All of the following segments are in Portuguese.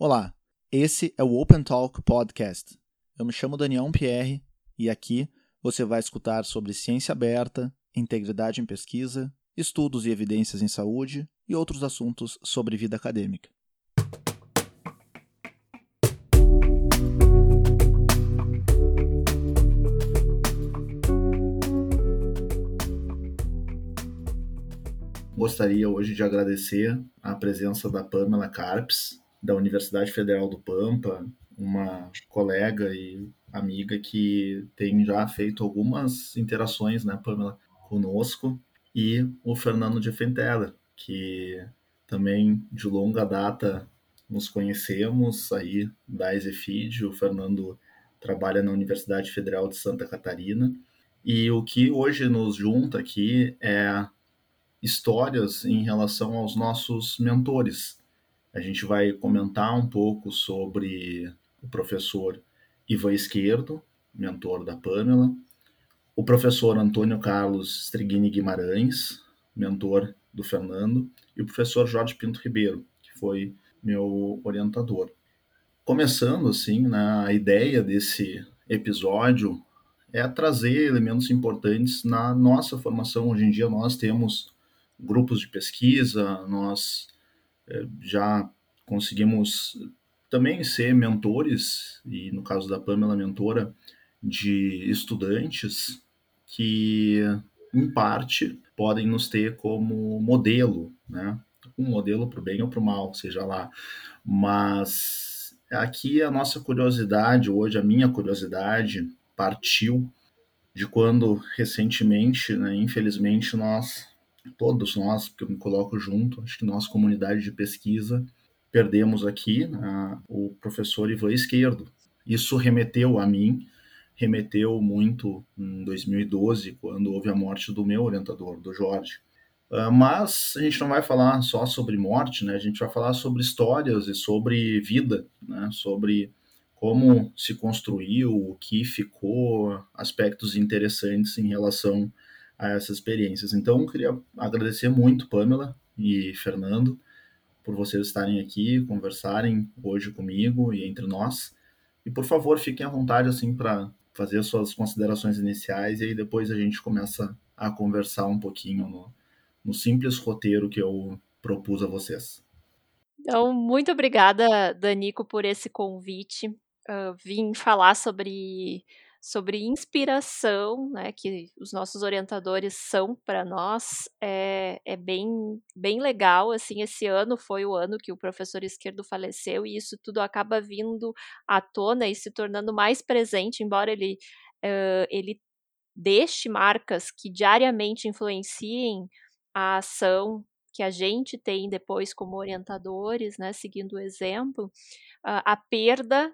Olá, esse é o Open Talk Podcast. Eu me chamo Daniel Pierre e aqui você vai escutar sobre ciência aberta, integridade em pesquisa, estudos e evidências em saúde e outros assuntos sobre vida acadêmica. Gostaria hoje de agradecer a presença da Pamela Carpes, da Universidade Federal do Pampa, uma colega e amiga que tem já feito algumas interações, né, Pamela, conosco, e o Fernando de Fentela, que também de longa data nos conhecemos aí da Exefid. O Fernando trabalha na Universidade Federal de Santa Catarina, e o que hoje nos junta aqui é histórias em relação aos nossos mentores. A gente vai comentar um pouco sobre o professor Ivan Esquerdo, mentor da Pamela, o professor Antônio Carlos Strigini Guimarães, mentor do Fernando, e o professor Jorge Pinto Ribeiro, que foi meu orientador. Começando assim, né, a ideia desse episódio é trazer elementos importantes na nossa formação. Hoje em dia nós temos grupos de pesquisa, nós já conseguimos também ser mentores, e no caso da Pamela, mentora de estudantes que, em parte, podem nos ter como modelo, né? Um modelo para o bem ou para o mal, seja lá. Mas aqui a nossa curiosidade, hoje a minha curiosidade, partiu de quando recentemente, né, infelizmente, todos nós, porque eu me coloco junto, acho que nós, comunidade de pesquisa, perdemos aqui, né, o professor Ivan Esquerdo. Isso remeteu a mim, remeteu muito em 2012, quando houve a morte do meu orientador, do Jorge. Mas a gente não vai falar só sobre morte, né? A gente vai falar sobre histórias e sobre vida, né? Sobre como se construiu, o que ficou, aspectos interessantes em relação a essas experiências. Então, eu queria agradecer muito, Pamela e Fernando, por vocês estarem aqui, conversarem hoje comigo e entre nós. E, por favor, fiquem à vontade assim para fazer suas considerações iniciais, e aí depois a gente começa a conversar um pouquinho no simples roteiro que eu propus a vocês. Então, muito obrigada, Danico, por esse convite. Vim falar sobre inspiração, né, que os nossos orientadores são para nós. É bem legal, assim. Esse ano foi o ano que o professor Esquerdo faleceu, e isso tudo acaba vindo à tona e se tornando mais presente, embora ele deixe marcas que diariamente influenciem a ação que a gente tem depois como orientadores, né, seguindo o exemplo. A perda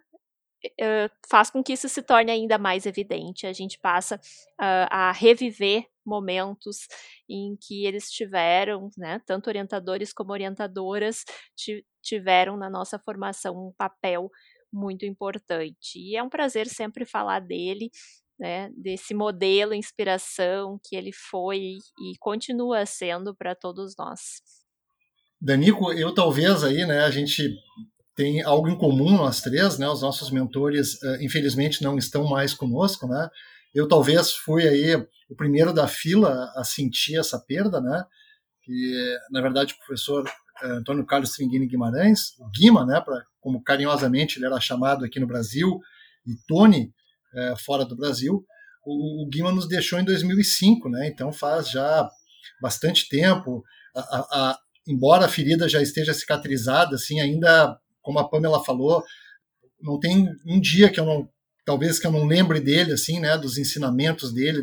faz com que isso se torne ainda mais evidente. A gente passa a reviver momentos em que eles tiveram, né, tanto orientadores como orientadoras tiveram na nossa formação um papel muito importante. E é um prazer sempre falar dele, né, desse modelo, inspiração que ele foi e continua sendo para todos nós. Danico, eu talvez aí, né, a gente tem algo em comum nós três, né, os nossos mentores, infelizmente, não estão mais conosco, né, eu talvez fui aí o primeiro da fila a sentir essa perda, né, que, na verdade, o professor Antônio Carlos Stringini Guimarães, o Guima, né, como carinhosamente ele era chamado aqui no Brasil, e Tony, fora do Brasil, o Guima nos deixou em 2005, né, então faz já bastante tempo. Embora a ferida já esteja cicatrizada, assim, ainda, como a Pamela falou, não tem um dia que eu não lembre dele, assim, né, dos ensinamentos dele,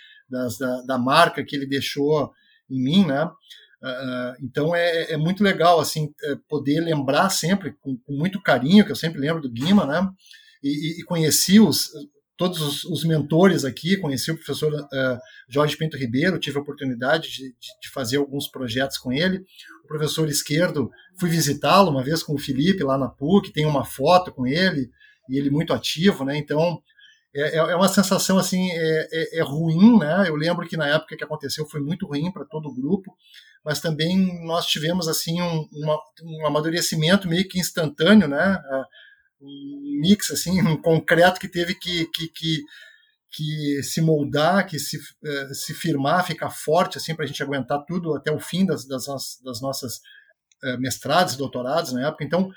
da marca que ele deixou em mim, né. Então é muito legal, assim, poder lembrar sempre com muito carinho, que eu sempre lembro do Guima, né, e conheci todos os mentores aqui, conheci o professor Jorge Pinto Ribeiro, tive a oportunidade de fazer alguns projetos com ele. O professor Esquerdo, fui visitá-lo uma vez com o Felipe lá na PUC, tem uma foto com ele, e ele muito ativo, né? Então, é uma sensação assim, é ruim, né? Eu lembro que na época que aconteceu foi muito ruim para todo o grupo, mas também nós tivemos assim um amadurecimento meio que instantâneo, né? Um mix assim, um concreto que teve que se moldar, que se firmar, ficar forte assim para a gente aguentar tudo até o fim das nossas mestrados e doutorados na época. Então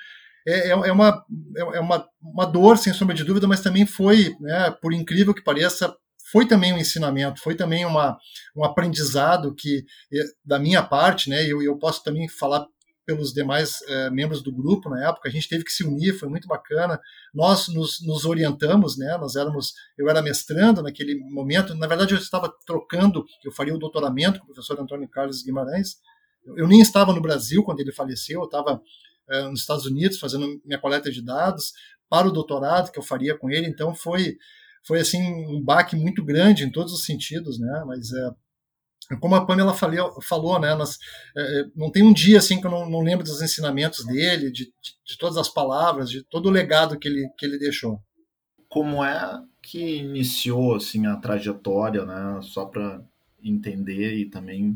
uma dor, sem sombra de dúvida, mas também foi, né, por incrível que pareça, foi também um ensinamento, foi também um aprendizado que, da minha parte, né, eu posso também falar pelos demais membros do grupo na época, a gente teve que se unir, foi muito bacana, nós nos orientamos, né, eu era mestrando naquele momento, na verdade eu estava trocando, eu faria o doutoramento com o professor Antônio Carlos Guimarães, eu nem estava no Brasil quando ele faleceu, eu estava nos Estados Unidos fazendo minha coleta de dados para o doutorado que eu faria com ele, então foi assim um baque muito grande em todos os sentidos, né, mas como a Pamela falou, né, não tem um dia assim que eu não lembro dos ensinamentos dele, de todas as palavras, de todo o legado que ele deixou. Como é que iniciou assim a trajetória, né? Só para entender e também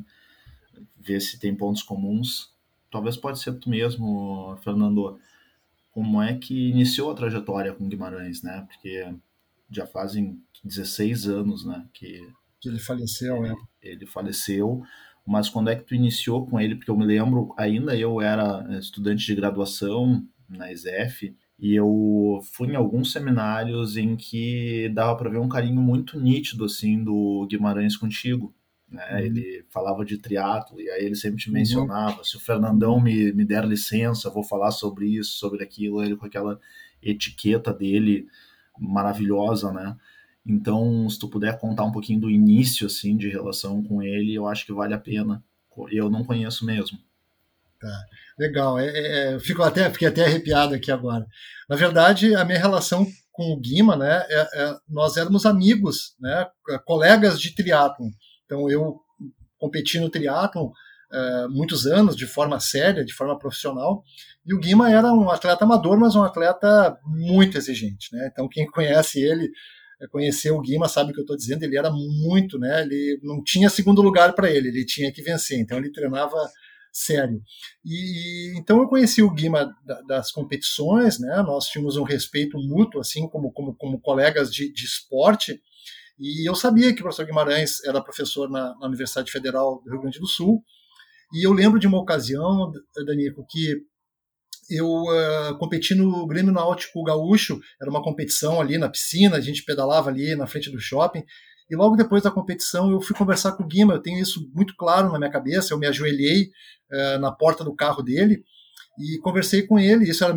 ver se tem pontos comuns. Talvez pode ser tu mesmo, Fernando. Como é que iniciou a trajetória com Guimarães, né? Porque já fazem 16 anos, né, que ele faleceu, ele faleceu. Mas quando é que tu iniciou com ele? Porque eu me lembro, ainda eu era estudante de graduação na ESEF, e eu fui em alguns seminários em que dava para ver um carinho muito nítido assim do Guimarães contigo, né? Ele falava de triatlo e aí ele sempre te mencionava, se o Fernandão me der licença, eu vou falar sobre isso, sobre aquilo, ele com aquela etiqueta dele maravilhosa, né? Então, se tu puder contar um pouquinho do início assim de relação com ele, eu acho que vale a pena. Eu não conheço mesmo. Tá, legal. Fiquei até arrepiado aqui agora. Na verdade, a minha relação com o Guima, né, nós éramos amigos, né, colegas de triatlon. Então, eu competi no triatlon muitos anos, de forma séria, de forma profissional, e o Guima era um atleta amador, mas um atleta muito exigente, né? Então, quem conhece ele, conheceu o Guima, sabe o que eu estou dizendo, ele era muito, né, ele não tinha segundo lugar para ele tinha que vencer, então ele treinava sério. E então eu conheci o Guima das competições, né? Nós tínhamos um respeito mútuo, assim como colegas de esporte, e eu sabia que o professor Guimarães era professor na Universidade Federal do Rio Grande do Sul, e eu lembro de uma ocasião, Danico, que eu competi no Grêmio Náutico Gaúcho, era uma competição ali na piscina, a gente pedalava ali na frente do shopping, e logo depois da competição eu fui conversar com o Guima, eu tenho isso muito claro na minha cabeça, eu me ajoelhei na porta do carro dele e conversei com ele, isso era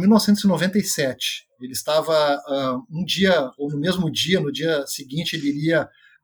1997, ele estava um dia, ou no mesmo dia, no dia seguinte ele iria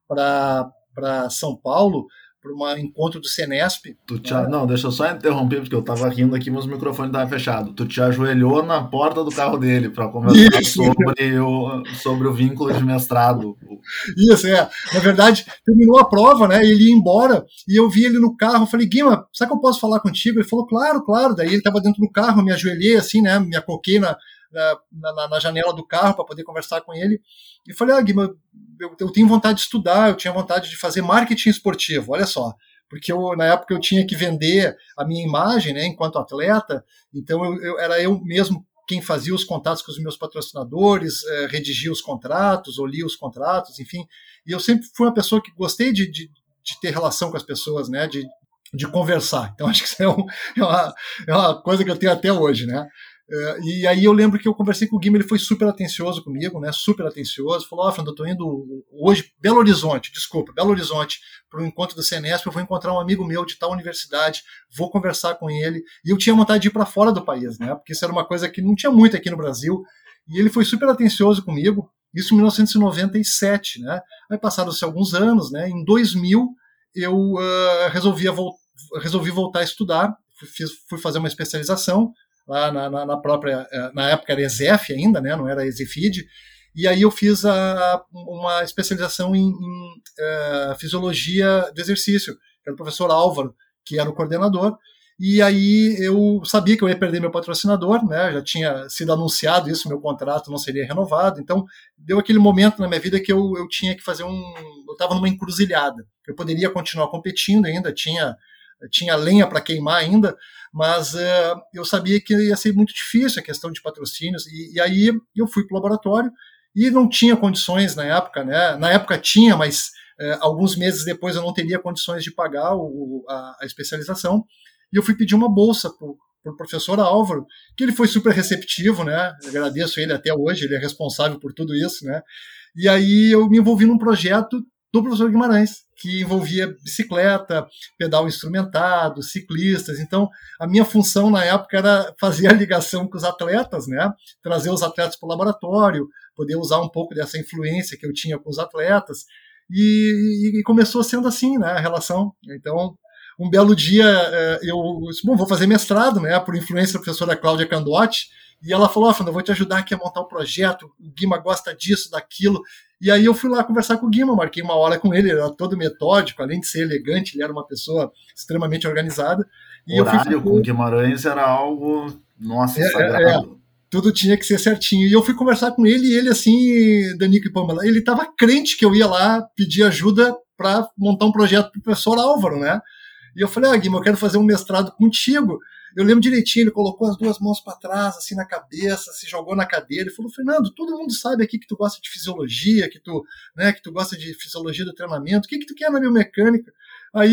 para São Paulo, para um encontro do Senesp. Não, deixa eu só interromper, porque eu tava rindo aqui, mas o microfone tava fechado. Tu te ajoelhou na porta do carro dele para conversar sobre o vínculo de mestrado. Isso, Na verdade, terminou a prova, né? Ele ia embora e eu vi ele no carro. Falei, Guima, será que eu posso falar contigo? Ele falou, claro, claro. Daí ele estava dentro do carro, eu me ajoelhei assim, né? Me acoquei na janela do carro para poder conversar com ele. E falei, Guima, eu tenho vontade de estudar, eu tinha vontade de fazer marketing esportivo, olha só. Porque na época eu tinha que vender a minha imagem, né, enquanto atleta, então era eu mesmo quem fazia os contatos com os meus patrocinadores, redigia os contratos, ou lia os contratos, enfim. E eu sempre fui uma pessoa que gostei de ter relação com as pessoas, né, de conversar. Então acho que isso é uma coisa que eu tenho até hoje, né. E aí eu lembro que eu conversei com o Guima, ele foi super atencioso comigo, né, super atencioso, falou, Fernando, eu tô indo hoje, Belo Horizonte, para o encontro do Senesp, eu vou encontrar um amigo meu de tal universidade, vou conversar com ele, e eu tinha vontade de ir para fora do país, né, porque isso era uma coisa que não tinha muito aqui no Brasil, e ele foi super atencioso comigo, isso em 1997, né, aí passaram-se alguns anos, né, em 2000 eu resolvi voltar a estudar, fui fazer uma especialização, lá na época era ESEF ainda, né, não era ESEFID, e aí eu fiz uma especialização em fisiologia do exercício, que era o professor Álvaro, que era o coordenador, E aí eu sabia que eu ia perder meu patrocinador, né? Já tinha sido anunciado isso, meu contrato não seria renovado. Então deu aquele momento na minha vida que eu tinha que fazer eu estava numa encruzilhada. Eu poderia continuar competindo ainda, tinha lenha para queimar ainda, mas eu sabia que ia ser muito difícil a questão de patrocínios. E aí eu fui para o laboratório e não tinha condições na época, né? Na época tinha, mas alguns meses depois eu não teria condições de pagar a especialização. E eu fui pedir uma bolsa para o professor Álvaro, que ele foi super receptivo, né? Eu agradeço ele até hoje, ele é responsável por tudo isso, né? E aí eu me envolvi num projeto do professor Guimarães, que envolvia bicicleta, pedal instrumentado, ciclistas. Então, a minha função na época era fazer a ligação com os atletas, né? Trazer os atletas para o laboratório, poder usar um pouco dessa influência que eu tinha com os atletas. E começou sendo assim, né? A relação. Então, um belo dia eu disse, bom, vou fazer mestrado, né, por influência da professora Cláudia Candotti, e ela falou, Fernando, eu vou te ajudar aqui a montar o projeto, o Guima gosta disso, daquilo, e aí eu fui lá conversar com o Guima, marquei uma hora com ele, ele era todo metódico, além de ser elegante, ele era uma pessoa extremamente organizada, e eu fui Horário com fazer... Guimarães era algo, nossa, É, sagrado. tudo tinha que ser certinho. E eu fui conversar com ele, e ele, assim, Danico e Pamela, ele estava crente que eu ia lá pedir ajuda para montar um projeto para o professor Álvaro, né? E eu falei, Guima, eu quero fazer um mestrado contigo. Eu lembro direitinho, ele colocou as duas mãos para trás, assim, na cabeça, se jogou na cadeira e falou, Fernando, todo mundo sabe aqui que tu gosta de fisiologia, que tu gosta de fisiologia do treinamento, o que tu quer na biomecânica? Aí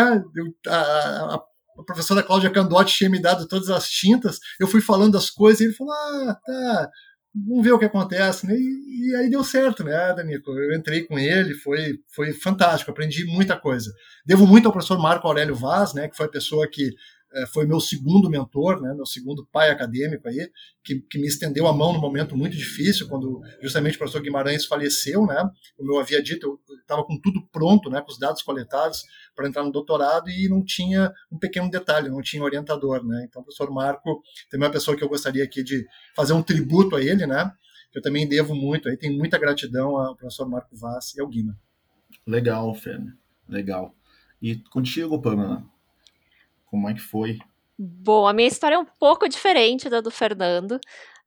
a professora Cláudia Candotti tinha me dado todas as tintas, eu fui falando as coisas e ele falou, tá, vamos ver o que acontece, né? E aí deu certo, né, Danico? Eu entrei com ele, foi fantástico, aprendi muita coisa. Devo muito ao professor Marco Aurélio Vaz, né, que foi a pessoa que foi meu segundo mentor, né, meu segundo pai acadêmico aí, que me estendeu a mão num momento muito difícil, quando justamente o professor Guimarães faleceu, né, como eu havia dito, eu estava com tudo pronto, né, com os dados coletados para entrar no doutorado e não tinha um pequeno detalhe, não tinha orientador, né, então o professor Marco também é uma pessoa que eu gostaria aqui de fazer um tributo a ele, né, que eu também devo muito, aí tenho muita gratidão ao professor Marco Vaz e ao Guima. Legal, Fêmea, legal. E contigo, Pamela, como é que foi? Bom, a minha história é um pouco diferente da do Fernando.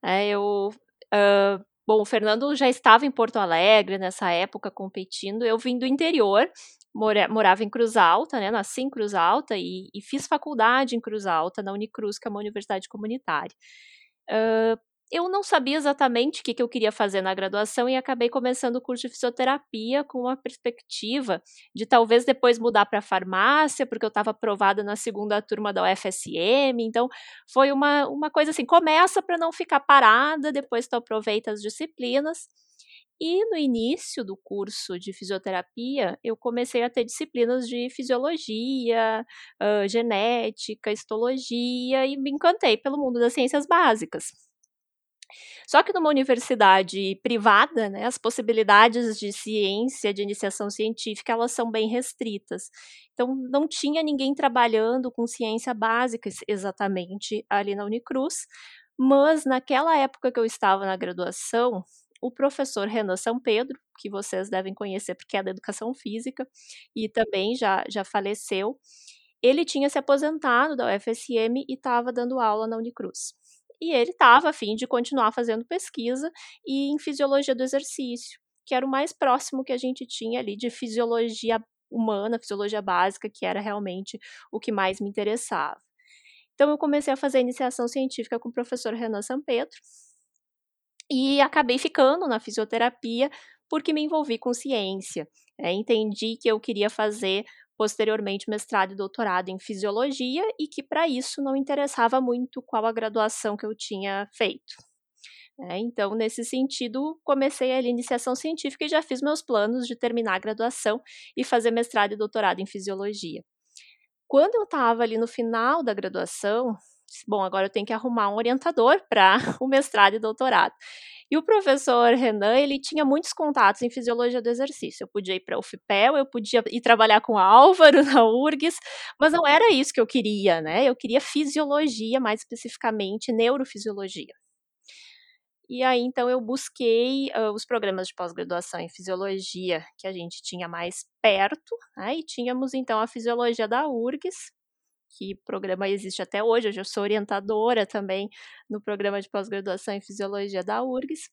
Bom, o Fernando já estava em Porto Alegre nessa época competindo. Eu vim do interior, morava em Cruz Alta, né? Nasci em Cruz Alta e fiz faculdade em Cruz Alta, na Unicruz, que é uma universidade comunitária. Eu não sabia exatamente o que eu queria fazer na graduação e acabei começando o curso de fisioterapia com a perspectiva de talvez depois mudar para farmácia, porque eu estava aprovada na segunda turma da UFSM, então foi uma coisa assim, começa para não ficar parada, depois tu aproveita as disciplinas. E no início do curso de fisioterapia, eu comecei a ter disciplinas de fisiologia, genética, histologia e me encantei pelo mundo das ciências básicas. Só que numa universidade privada, né, as possibilidades de ciência, de iniciação científica, elas são bem restritas. Então, não tinha ninguém trabalhando com ciência básica exatamente ali na Unicruz, mas naquela época que eu estava na graduação, o professor Renan São Pedro, que vocês devem conhecer porque é da educação física e também já faleceu, ele tinha se aposentado da UFSM e estava dando aula na Unicruz. E ele estava a fim de continuar fazendo pesquisa e em fisiologia do exercício, que era o mais próximo que a gente tinha ali de fisiologia humana, fisiologia básica, que era realmente o que mais me interessava. Então eu comecei a fazer iniciação científica com o professor Renan Sampedro e acabei ficando na fisioterapia porque me envolvi com ciência. Entendi que eu queria fazer posteriormente mestrado e doutorado em fisiologia e que para isso não interessava muito qual a graduação que eu tinha feito. Então, nesse sentido, comecei a iniciação científica e já fiz meus planos de terminar a graduação e fazer mestrado e doutorado em fisiologia. Quando eu estava ali no final da graduação, bom, agora eu tenho que arrumar um orientador para o mestrado e doutorado. E o professor Renan, ele tinha muitos contatos em fisiologia do exercício. Eu podia ir para a UFPEL, eu podia ir trabalhar com o Álvaro na URGS, mas não era isso que eu queria, né? Eu queria fisiologia, mais especificamente neurofisiologia. E aí, então, eu busquei os programas de pós-graduação em fisiologia que a gente tinha mais perto, né? E tínhamos, então, a fisiologia da URGS, que programa existe até hoje. Hoje eu sou orientadora também no programa de pós-graduação em Fisiologia da URGS.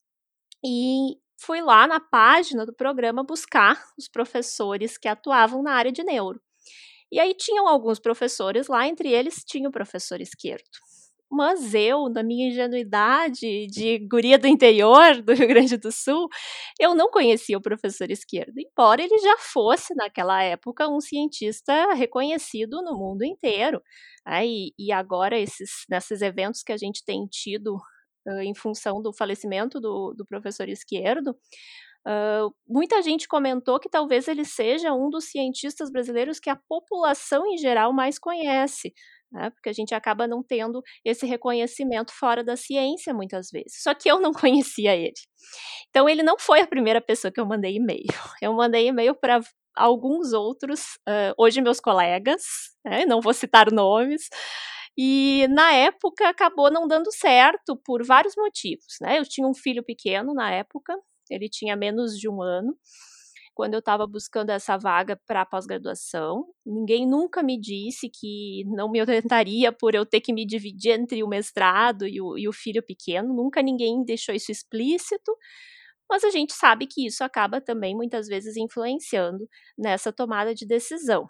E fui lá na página do programa buscar os professores que atuavam na área de neuro. E aí tinham alguns professores lá, entre eles tinha o professor Esquerdo. Mas eu, na minha ingenuidade de guria do interior do Rio Grande do Sul, eu não conhecia o professor Esquerdo, embora ele já fosse, naquela época, um cientista reconhecido no mundo inteiro. E agora, nesses eventos que a gente tem tido em função do falecimento do professor Esquerdo, muita gente comentou que talvez ele seja um dos cientistas brasileiros que a população em geral mais conhece, né, porque a gente acaba não tendo esse reconhecimento fora da ciência muitas vezes. Só que eu não conhecia ele. Então ele não foi a primeira pessoa que eu mandei e-mail. Eu mandei e-mail para alguns outros, hoje meus colegas, né, não vou citar nomes, e na época acabou não dando certo por vários motivos, né? Eu tinha um filho pequeno na época, ele tinha menos de 1 ano, quando eu estava buscando essa vaga para pós-graduação. Ninguém nunca me disse que não me orientaria por eu ter que me dividir entre o mestrado e o filho pequeno, nunca ninguém deixou isso explícito, mas a gente sabe que isso acaba também muitas vezes influenciando nessa tomada de decisão.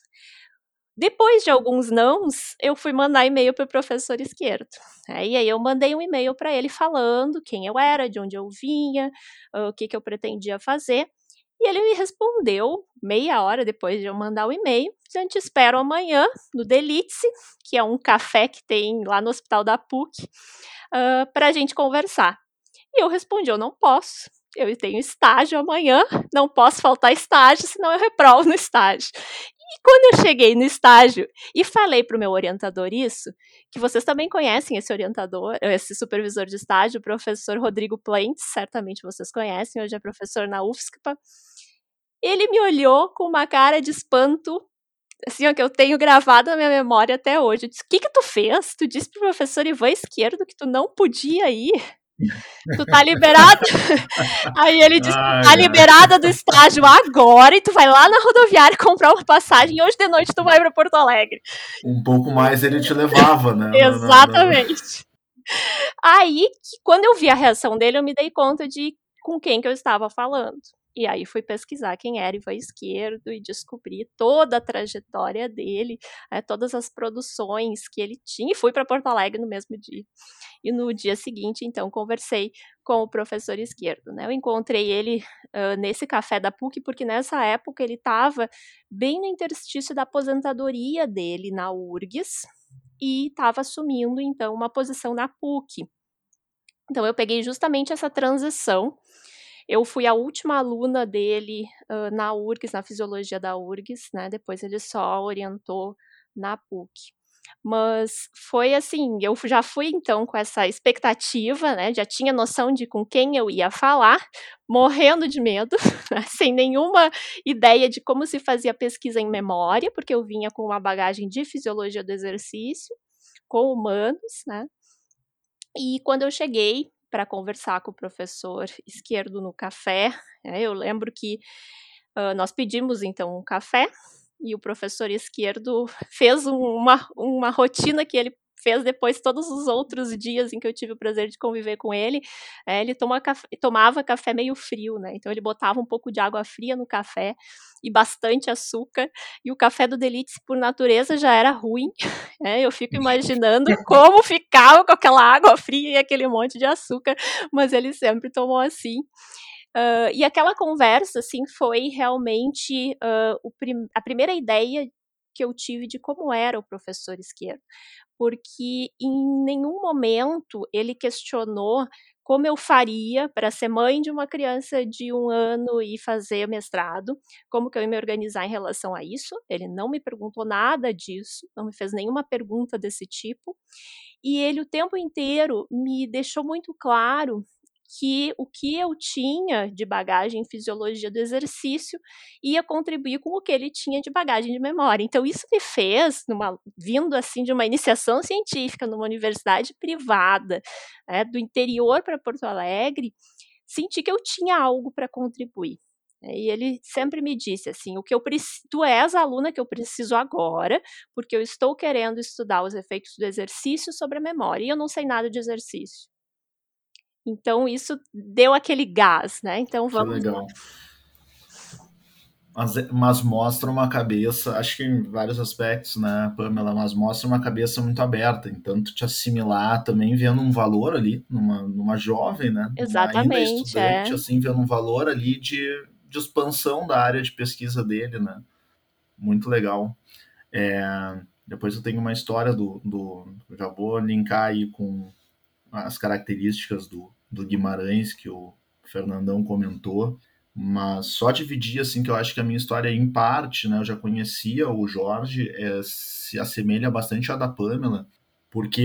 Depois de alguns nãos, eu fui mandar e-mail para o professor Esquerdo. E aí eu mandei um e-mail para ele falando quem eu era, de onde eu vinha, o que eu pretendia fazer. E ele me respondeu meia hora depois de eu mandar o e-mail, dizendo: "Te espero amanhã no Delícia", que é um café que tem lá no Hospital da PUC, para a gente conversar. E eu respondi: "Eu não posso. Eu tenho estágio amanhã, não posso faltar estágio, senão eu reprovo no estágio". E quando eu cheguei no estágio e falei para o meu orientador isso, que vocês também conhecem esse orientador, esse supervisor de estágio, o professor Rodrigo Plentes, certamente vocês conhecem, hoje é professor na UFSCPA, ele me olhou com uma cara de espanto, assim, ó, que eu tenho gravado na minha memória até hoje. Eu disse: "O que tu fez? Tu disse pro professor Ivan Esquerdo que tu não podia ir? Tu tá liberado?" Aí ele disse: "Tu tá liberada do estágio agora e tu vai lá na rodoviária comprar uma passagem e hoje de noite tu vai para Porto Alegre." Um pouco mais ele te levava, né? Exatamente. Aí, quando eu vi a reação dele, eu me dei conta de com quem que eu estava falando. E aí fui pesquisar quem era Ivan Esquerdo e descobri toda a trajetória dele, todas as produções que ele tinha, e fui para Porto Alegre no mesmo dia. E no dia seguinte, então, conversei com o professor Esquerdo, né? Eu encontrei ele nesse café da PUC, porque nessa época ele estava bem no interstício da aposentadoria dele na URGS e estava assumindo, então, uma posição na PUC. Então, eu peguei justamente essa transição. Eu fui a última aluna dele na URGS, na fisiologia da URGS, né? Depois ele só orientou na PUC. Mas foi assim, eu já fui então com essa expectativa, né? Já tinha noção de com quem eu ia falar, morrendo de medo, né, sem nenhuma ideia de como se fazia pesquisa em memória, porque eu vinha com uma bagagem de fisiologia do exercício, com humanos, né? E quando eu cheguei para conversar com o professor Esquerdo no café, eu lembro que nós pedimos então um café e o professor Esquerdo fez uma rotina que ele fez depois todos os outros dias em que eu tive o prazer de conviver com ele. Ele tomava café meio frio, né? Então ele botava um pouco de água fria no café e bastante açúcar, e o café do Delícia por natureza já era ruim. Eu fico imaginando como ficava com aquela água fria e aquele monte de açúcar, mas ele sempre tomou assim. E aquela conversa, assim, foi realmente a primeira ideia que eu tive de como era o professor Esquerdo, porque em nenhum momento ele questionou como eu faria para ser mãe de uma criança de 1 ano e fazer mestrado, como que eu ia me organizar em relação a isso. Ele não me perguntou nada disso, não me fez nenhuma pergunta desse tipo, e ele o tempo inteiro me deixou muito claro que o que eu tinha de bagagem em fisiologia do exercício ia contribuir com o que ele tinha de bagagem de memória. Então isso me fez, vindo assim de uma iniciação científica numa universidade privada, do interior para Porto Alegre, sentir que eu tinha algo para contribuir. E ele sempre me disse assim: tu és a aluna que eu preciso agora, porque eu estou querendo estudar os efeitos do exercício sobre a memória, e eu não sei nada de exercício. Então isso deu aquele gás, né, então Que vamos lá. legal. Mas mostra uma cabeça, acho que em vários aspectos, né, Pamela, mas mostra uma cabeça muito aberta, então tu te assimilar também vendo um valor ali, numa jovem, né, numa ainda Exatamente, estudante, assim, vendo um valor ali de expansão da área de pesquisa dele, né, muito legal. Depois eu tenho uma história já vou linkar aí com as características do Guimarães que o Fernandão comentou, mas só dividir assim que eu acho que a minha história em parte, né, eu já conhecia o Jorge, se assemelha bastante à da Pamela, porque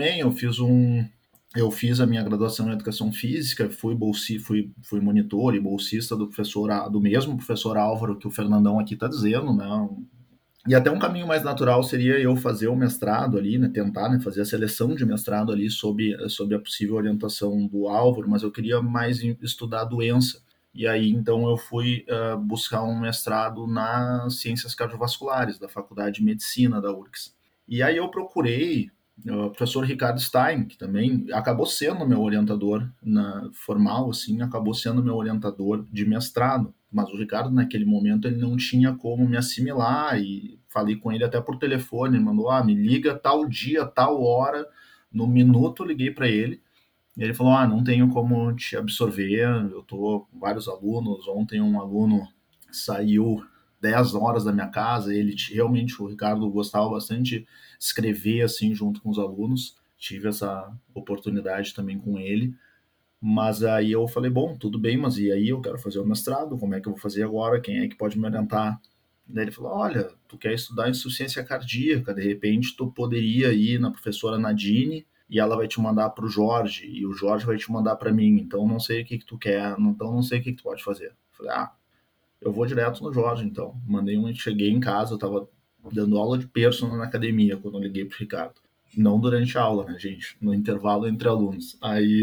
eu fiz a minha graduação em educação física, fui monitor e bolsista do mesmo professor Álvaro que o Fernandão aqui está dizendo, né? E até um caminho mais natural seria eu fazer o mestrado ali, né, tentar, né, fazer a seleção de mestrado ali sob a possível orientação do Álvaro, mas eu queria mais estudar a doença. E aí, então, eu fui buscar um mestrado nas ciências cardiovasculares, da Faculdade de Medicina da URGS. E aí eu procurei o professor Ricardo Stein, que também acabou sendo meu orientador formal, assim, acabou sendo meu orientador de mestrado. Mas o Ricardo, naquele momento, ele não tinha como me assimilar e falei com ele até por telefone, ele mandou, me liga tal dia, tal hora, no minuto eu liguei para ele, e ele falou, não tenho como te absorver, eu tô com vários alunos, ontem um aluno saiu 10 horas da minha casa, realmente, o Ricardo gostava bastante de escrever, assim, junto com os alunos, tive essa oportunidade também com ele, mas aí eu falei, bom, tudo bem, mas e aí eu quero fazer o mestrado, como é que eu vou fazer agora? Quem é que pode me orientar? Daí ele falou, olha, tu quer estudar insuficiência cardíaca, de repente tu poderia ir na professora Nadine e ela vai te mandar para o Jorge, e o Jorge vai te mandar para mim, então não sei o que tu quer, então não sei o que tu pode fazer. Eu falei, eu vou direto no Jorge, então. Cheguei em casa, eu tava dando aula de personal na academia quando eu liguei pro Ricardo. Não durante a aula, né, gente? No intervalo entre alunos.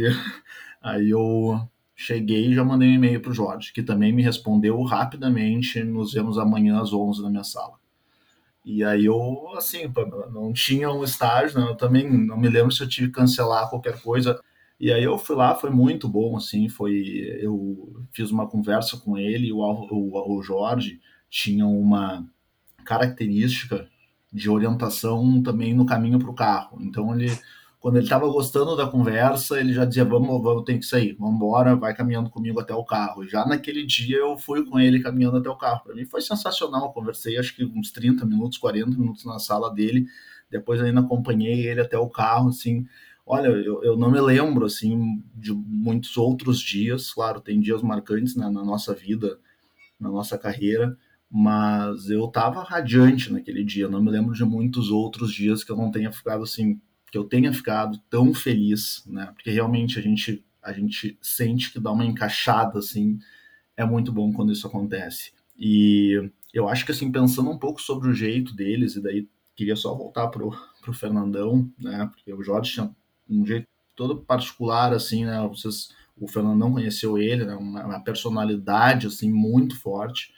Aí eu cheguei e já mandei um e-mail pro Jorge, que também me respondeu rapidamente, nos vemos amanhã às 11 na minha sala. E aí eu, assim, não tinha um estágio, né? Eu também não me lembro se eu tive que cancelar qualquer coisa. E aí eu fui lá, foi muito bom, assim, eu fiz uma conversa com ele, o Jorge tinha uma característica de orientação também no caminho para o carro. Então quando ele estava gostando da conversa, ele já dizia, vamos, tem que sair, vamos embora, vai caminhando comigo até o carro. E já naquele dia eu fui com ele caminhando até o carro. Para mim foi sensacional, eu conversei acho que uns 30 minutos, 40 minutos na sala dele, depois ainda acompanhei ele até o carro, assim. Olha, eu não me lembro, assim, de muitos outros dias, claro, tem dias marcantes, né, na nossa vida, na nossa carreira, mas eu tava radiante naquele dia, não me lembro de muitos outros dias que eu não tenha ficado assim, que eu tenha ficado tão feliz, né? Porque realmente a gente sente que dá uma encaixada assim, é muito bom quando isso acontece. E eu acho que assim, pensando um pouco sobre o jeito deles, e daí queria só voltar pro Fernandão, né? Porque o Jorge tinha um jeito todo particular assim, né? O Fernandão conheceu ele, né? Uma personalidade assim muito forte.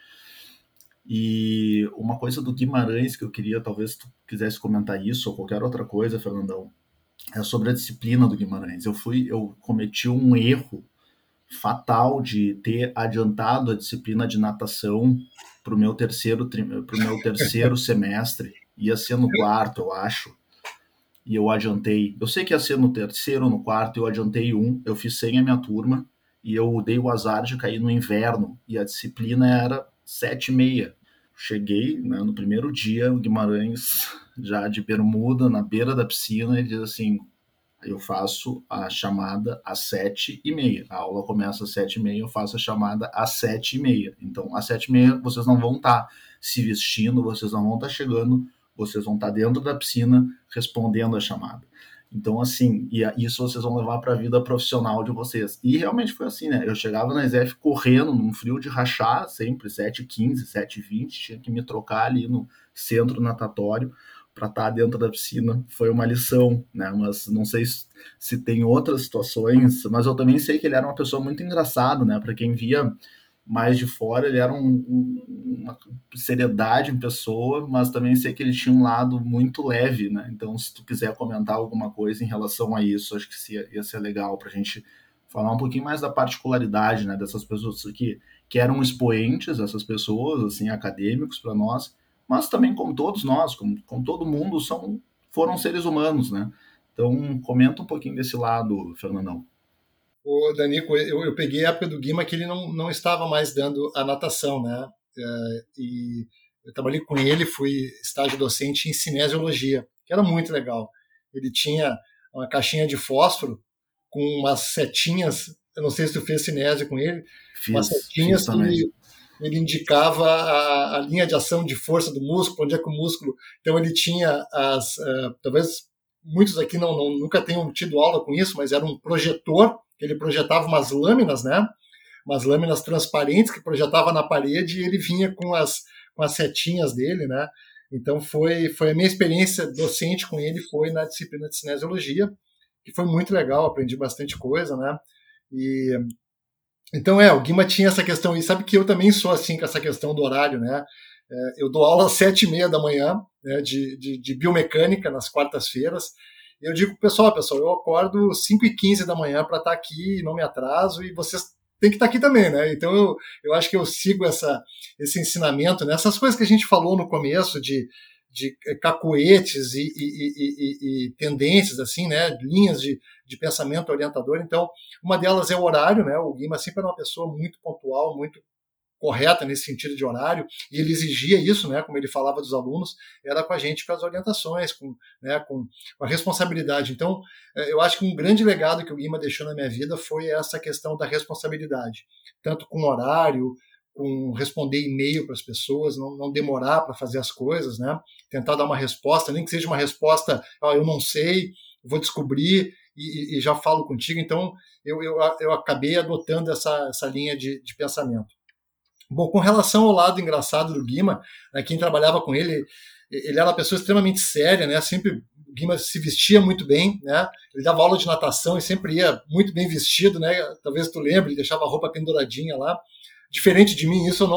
E uma coisa do Guimarães que eu queria, talvez tu quisesse comentar isso ou qualquer outra coisa, Fernandão, é sobre a disciplina do Guimarães. Eu cometi um erro fatal de ter adiantado a disciplina de natação para o meu terceiro semestre. Ia ser no quarto, eu acho. E eu adiantei. Eu sei que ia ser no terceiro ou no quarto, eu adiantei eu fiz sem a minha turma, e eu dei o azar de cair no inverno, e a disciplina era 7h30. Cheguei, né, no primeiro dia, o Guimarães, já de bermuda, na beira da piscina, ele diz assim, eu faço a chamada às 7h30. A aula começa às 7h30, eu faço a chamada às 7h30. Então, às 7h30, vocês não vão estar se vestindo, vocês não vão estar chegando, vocês vão estar dentro da piscina respondendo a chamada. Então, assim, isso vocês vão levar para a vida profissional de vocês. E realmente foi assim, né? Eu chegava na ESEF correndo, num frio de rachar, sempre 7h15, 7h20, tinha que me trocar ali no centro natatório para estar dentro da piscina. Foi uma lição, né? Mas não sei se tem outras situações, mas eu também sei que ele era uma pessoa muito engraçada, né? Para quem via mais de fora, ele era uma seriedade em pessoa, mas também sei que ele tinha um lado muito leve, né? Então, se tu quiser comentar alguma coisa em relação a isso, acho que ia ser legal para a gente falar um pouquinho mais da particularidade, né, dessas pessoas que eram expoentes, essas pessoas, assim, acadêmicos para nós, mas também como todos nós, como todo mundo, foram seres humanos, né? Então, comenta um pouquinho desse lado, Fernandão. O Danico, eu peguei a época do Guima que ele não estava mais dando a natação, né? E eu trabalhei com ele, fui estágio docente em cinesiologia, que era muito legal. Ele tinha uma caixinha de fósforo com umas setinhas, eu não sei se tu fez cinésio com ele, umas setinhas que ele indicava a linha de ação de força do músculo, onde é que o músculo... Então ele tinha talvez muitos aqui nunca tenham tido aula com isso, mas era um projetor, ele projetava umas lâminas, né? Umas lâminas transparentes que projetava na parede e ele vinha com as setinhas dele, né? Então foi a minha experiência docente com ele, foi na disciplina de cinesiologia, que foi muito legal, aprendi bastante coisa, né? Então, o Guima tinha essa questão, e sabe que eu também sou assim com essa questão do horário, né? Eu dou aula às 7h30 da manhã, né, de biomecânica nas quartas-feiras, e eu digo pro pessoal, eu acordo 5h15 da manhã para estar aqui, não me atraso, e vocês têm que estar aqui também, né? Então eu acho que eu sigo esse ensinamento, né? Essas coisas que a gente falou no começo de cacoetes e tendências, assim, né? Linhas de pensamento orientador. Então, uma delas é o horário, né? O Guima sempre era uma pessoa muito pontual, muito correta nesse sentido de horário, e ele exigia isso, né, como ele falava dos alunos, era com a gente, com as orientações, com a responsabilidade. Então, eu acho que um grande legado que o Guima deixou na minha vida foi essa questão da responsabilidade, tanto com horário, com responder e-mail para as pessoas, não demorar para fazer as coisas, né, tentar dar uma resposta, nem que seja uma resposta, eu não sei, vou descobrir e já falo contigo. Então, eu acabei adotando essa linha de pensamento. Bom, com relação ao lado engraçado do Guima, né, quem trabalhava com ele era uma pessoa extremamente séria, né? Sempre o Guima se vestia muito bem, né? Ele dava aula de natação e sempre ia muito bem vestido, né? Talvez tu lembre, ele deixava a roupa penduradinha lá. Diferente de mim, isso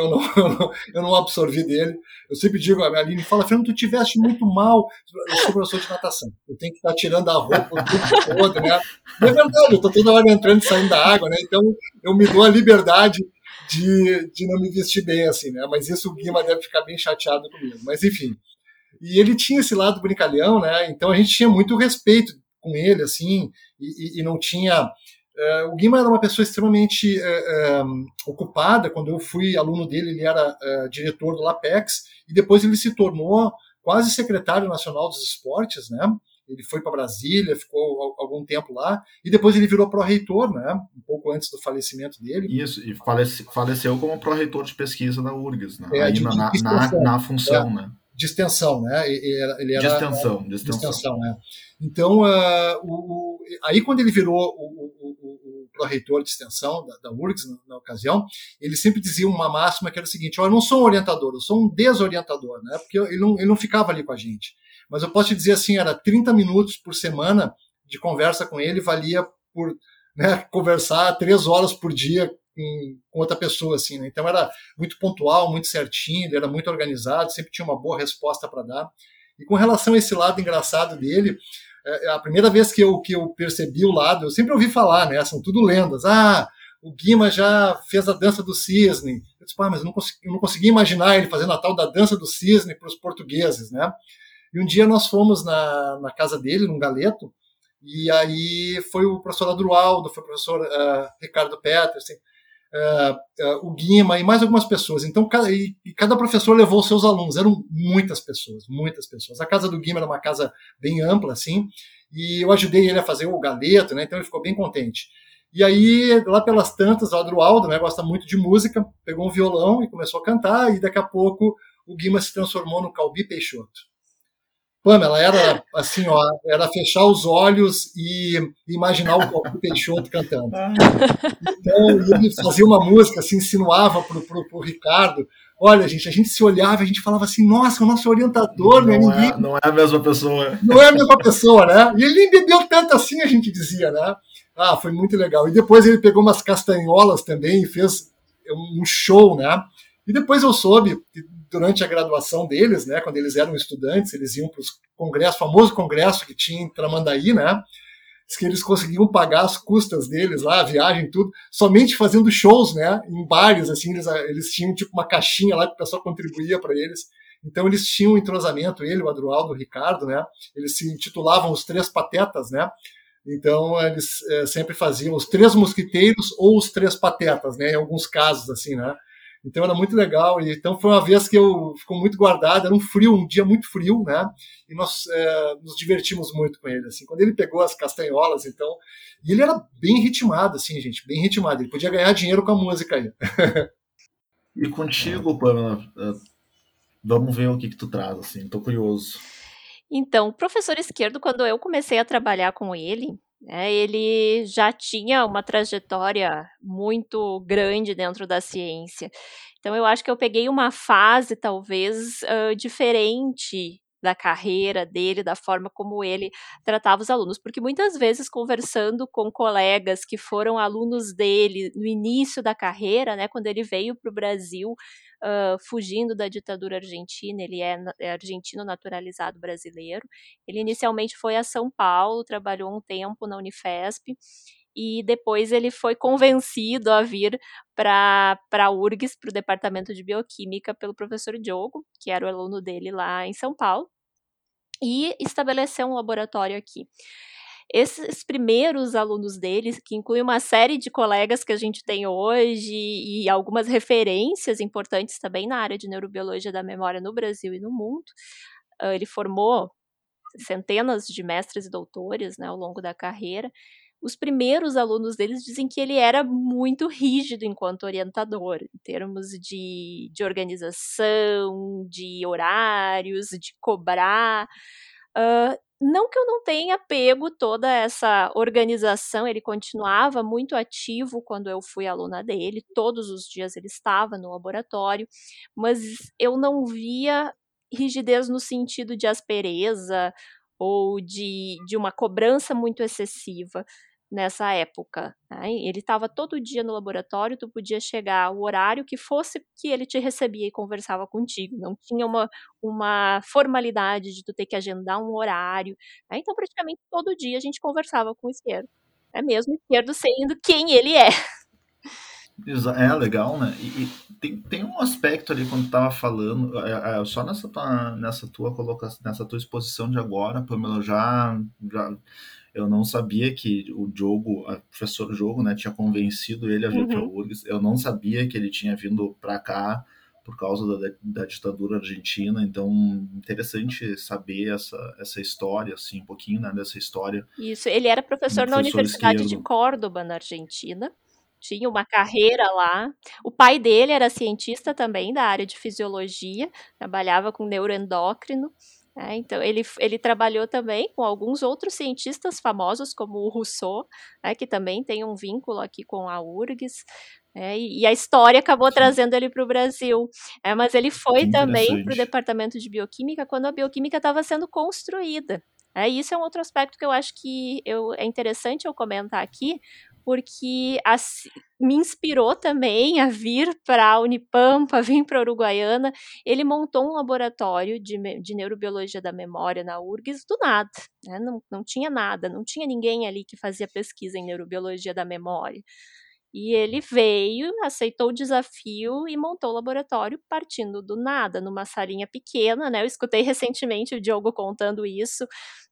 eu não absorvi dele. Eu sempre digo, a Aline fala, Fernando, tu te veste muito mal. Eu sou professor de natação, eu tenho que estar tirando a roupa o tempo todo, né? E é verdade, eu estou toda hora entrando e saindo da água, né? Então eu me dou a liberdade de não me vestir bem, assim, né? Mas isso o Guima deve ficar bem chateado comigo. Mas, enfim. E ele tinha esse lado brincalhão, né? Então a gente tinha muito respeito com ele, assim, e não tinha... o Guima era uma pessoa extremamente ocupada. Quando eu fui aluno dele, ele era diretor do LAPEX, e depois ele se tornou quase secretário nacional dos esportes, né? Ele foi para Brasília, ficou algum tempo lá, e depois ele virou pró-reitor, né? Um pouco antes do falecimento dele. Isso, e faleceu como pró-reitor de pesquisa da URGS, né? Ainda na função, né? De extensão, né? Ele era de extensão, né? Então, aí quando ele virou o pró-reitor de extensão da URGS, na ocasião, ele sempre dizia uma máxima que era o seguinte: eu não sou um orientador, eu sou um desorientador, né? Porque ele não ficava ali com a gente. Mas eu posso te dizer assim, era 30 minutos por semana de conversa com ele, valia por, né, conversar 3 horas por dia com outra pessoa, assim, né? Então era muito pontual, muito certinho, ele era muito organizado, sempre tinha uma boa resposta para dar. E com relação a esse lado engraçado dele, a primeira vez que eu percebi o lado, eu sempre ouvi falar, né? São tudo lendas. O Guima já fez a dança do cisne. Eu disse, mas eu não conseguia imaginar ele fazendo a tal da dança do cisne para os portugueses, né? E um dia nós fomos na casa dele, num galeto, e aí foi o professor Adroaldo, foi o professor Ricardo Petersen, o Guima e mais algumas pessoas. Então, cada professor levou seus alunos, eram muitas pessoas, muitas pessoas. A casa do Guima era uma casa bem ampla, assim, e eu ajudei ele a fazer o galeto, né? Então ele ficou bem contente. E aí, lá pelas tantas, o Adroaldo, né, gosta muito de música, pegou um violão e começou a cantar, e daqui a pouco o Guima se transformou no Calbi Peixoto. Pamela, era assim, era fechar os olhos e imaginar o Calbi Peixoto cantando. Então, ele fazia uma música, assim, insinuava pro Ricardo. Olha, gente, a gente se olhava, a gente falava assim, nossa, o nosso orientador, né? Não é a mesma pessoa. Não é a mesma pessoa, né? E ele nem bebeu tanto assim, a gente dizia, né? Foi muito legal. E depois ele pegou umas castanholas também e fez um show, né? E depois eu soube que durante a graduação deles, né, quando eles eram estudantes, eles iam para os congressos, famoso congresso que tinha em Tramandaí, né? Que eles conseguiam pagar as custas deles lá, a viagem, tudo, somente fazendo shows, né? Em bares, assim, eles tinham tipo uma caixinha lá que o pessoal contribuía para eles. Então eles tinham um entrosamento, ele, o Adroaldo, o Ricardo, né? Eles se intitulavam os Três Patetas, né? Então eles sempre faziam os Três Mosquiteiros ou os Três Patetas, né? Em alguns casos, assim, né? Então era muito legal. E, então foi uma vez que eu ficou muito guardado. Era um dia muito frio, né? E nós nos divertimos muito com ele. Assim, quando ele pegou as castanholas, então, e ele era bem ritmado, assim, gente, bem ritmado. Ele podia ganhar dinheiro com a música aí. E contigo, Pamela, vamos ver o que tu traz, assim. Tô curioso. Então, o professor Esquerdo, quando eu comecei a trabalhar com ele, ele já tinha uma trajetória muito grande dentro da ciência. Então, eu acho que eu peguei uma fase, talvez, diferente da carreira dele, da forma como ele tratava os alunos, porque muitas vezes conversando com colegas que foram alunos dele no início da carreira, né, quando ele veio para o Brasil, fugindo da ditadura argentina, ele é argentino naturalizado brasileiro. Ele inicialmente foi a São Paulo, trabalhou um tempo na Unifesp, e depois ele foi convencido a vir para a URGS, para o departamento de bioquímica, pelo professor Diogo, que era o aluno dele lá em São Paulo, e estabeleceu um laboratório aqui. Esses primeiros alunos deles, que incluem uma série de colegas que a gente tem hoje e algumas referências importantes também na área de neurobiologia da memória no Brasil e no mundo, ele formou centenas de mestres e doutores, né, ao longo da carreira. Os primeiros alunos deles dizem que ele era muito rígido enquanto orientador, em termos de organização, de horários, de cobrar. Não que eu não tenha pego toda essa organização, ele continuava muito ativo quando eu fui aluna dele, todos os dias ele estava no laboratório, mas eu não via rigidez no sentido de aspereza ou de uma cobrança muito excessiva nessa época, né? Ele estava todo dia no laboratório, tu podia chegar o horário que fosse que ele te recebia e conversava contigo, não tinha uma formalidade de tu ter que agendar um horário, né? Então praticamente todo dia a gente conversava com o Esquerdo, é mesmo o Esquerdo sendo quem ele é. É legal, né? E tem um aspecto ali quando tu tava falando, só nessa tua colocação, nessa tua exposição de agora, Pamela, eu não sabia que o professor Diogo, né, tinha convencido ele a vir para Uhum. a URGS. Eu não sabia que ele tinha vindo para cá por causa da ditadura argentina. Então, interessante saber essa história, assim, um pouquinho, né, dessa história Isso, ele era do professor na professor Universidade de Esquerdo. Córdoba, na Argentina, tinha uma carreira lá. O pai dele era cientista também da área de fisiologia, trabalhava com neuroendócrino, né? Então ele trabalhou também com alguns outros cientistas famosos, como o Rousseau, né, que também tem um vínculo aqui com a URGS, né, e a história acabou Que, trazendo ele para o Brasil. Mas ele que foi também para o interessante. departamento de bioquímica quando a bioquímica estava sendo construída. Isso é um outro aspecto que eu acho que é interessante eu comentar aqui, porque me inspirou também a vir para a Unipampa, vir para a Uruguaiana. Ele montou um laboratório de neurobiologia da memória na URGS do nada, né? Não tinha nada, não tinha ninguém ali que fazia pesquisa em neurobiologia da memória. E ele veio, aceitou o desafio e montou o laboratório partindo do nada, numa salinha pequena, né? Eu escutei recentemente o Diogo contando isso,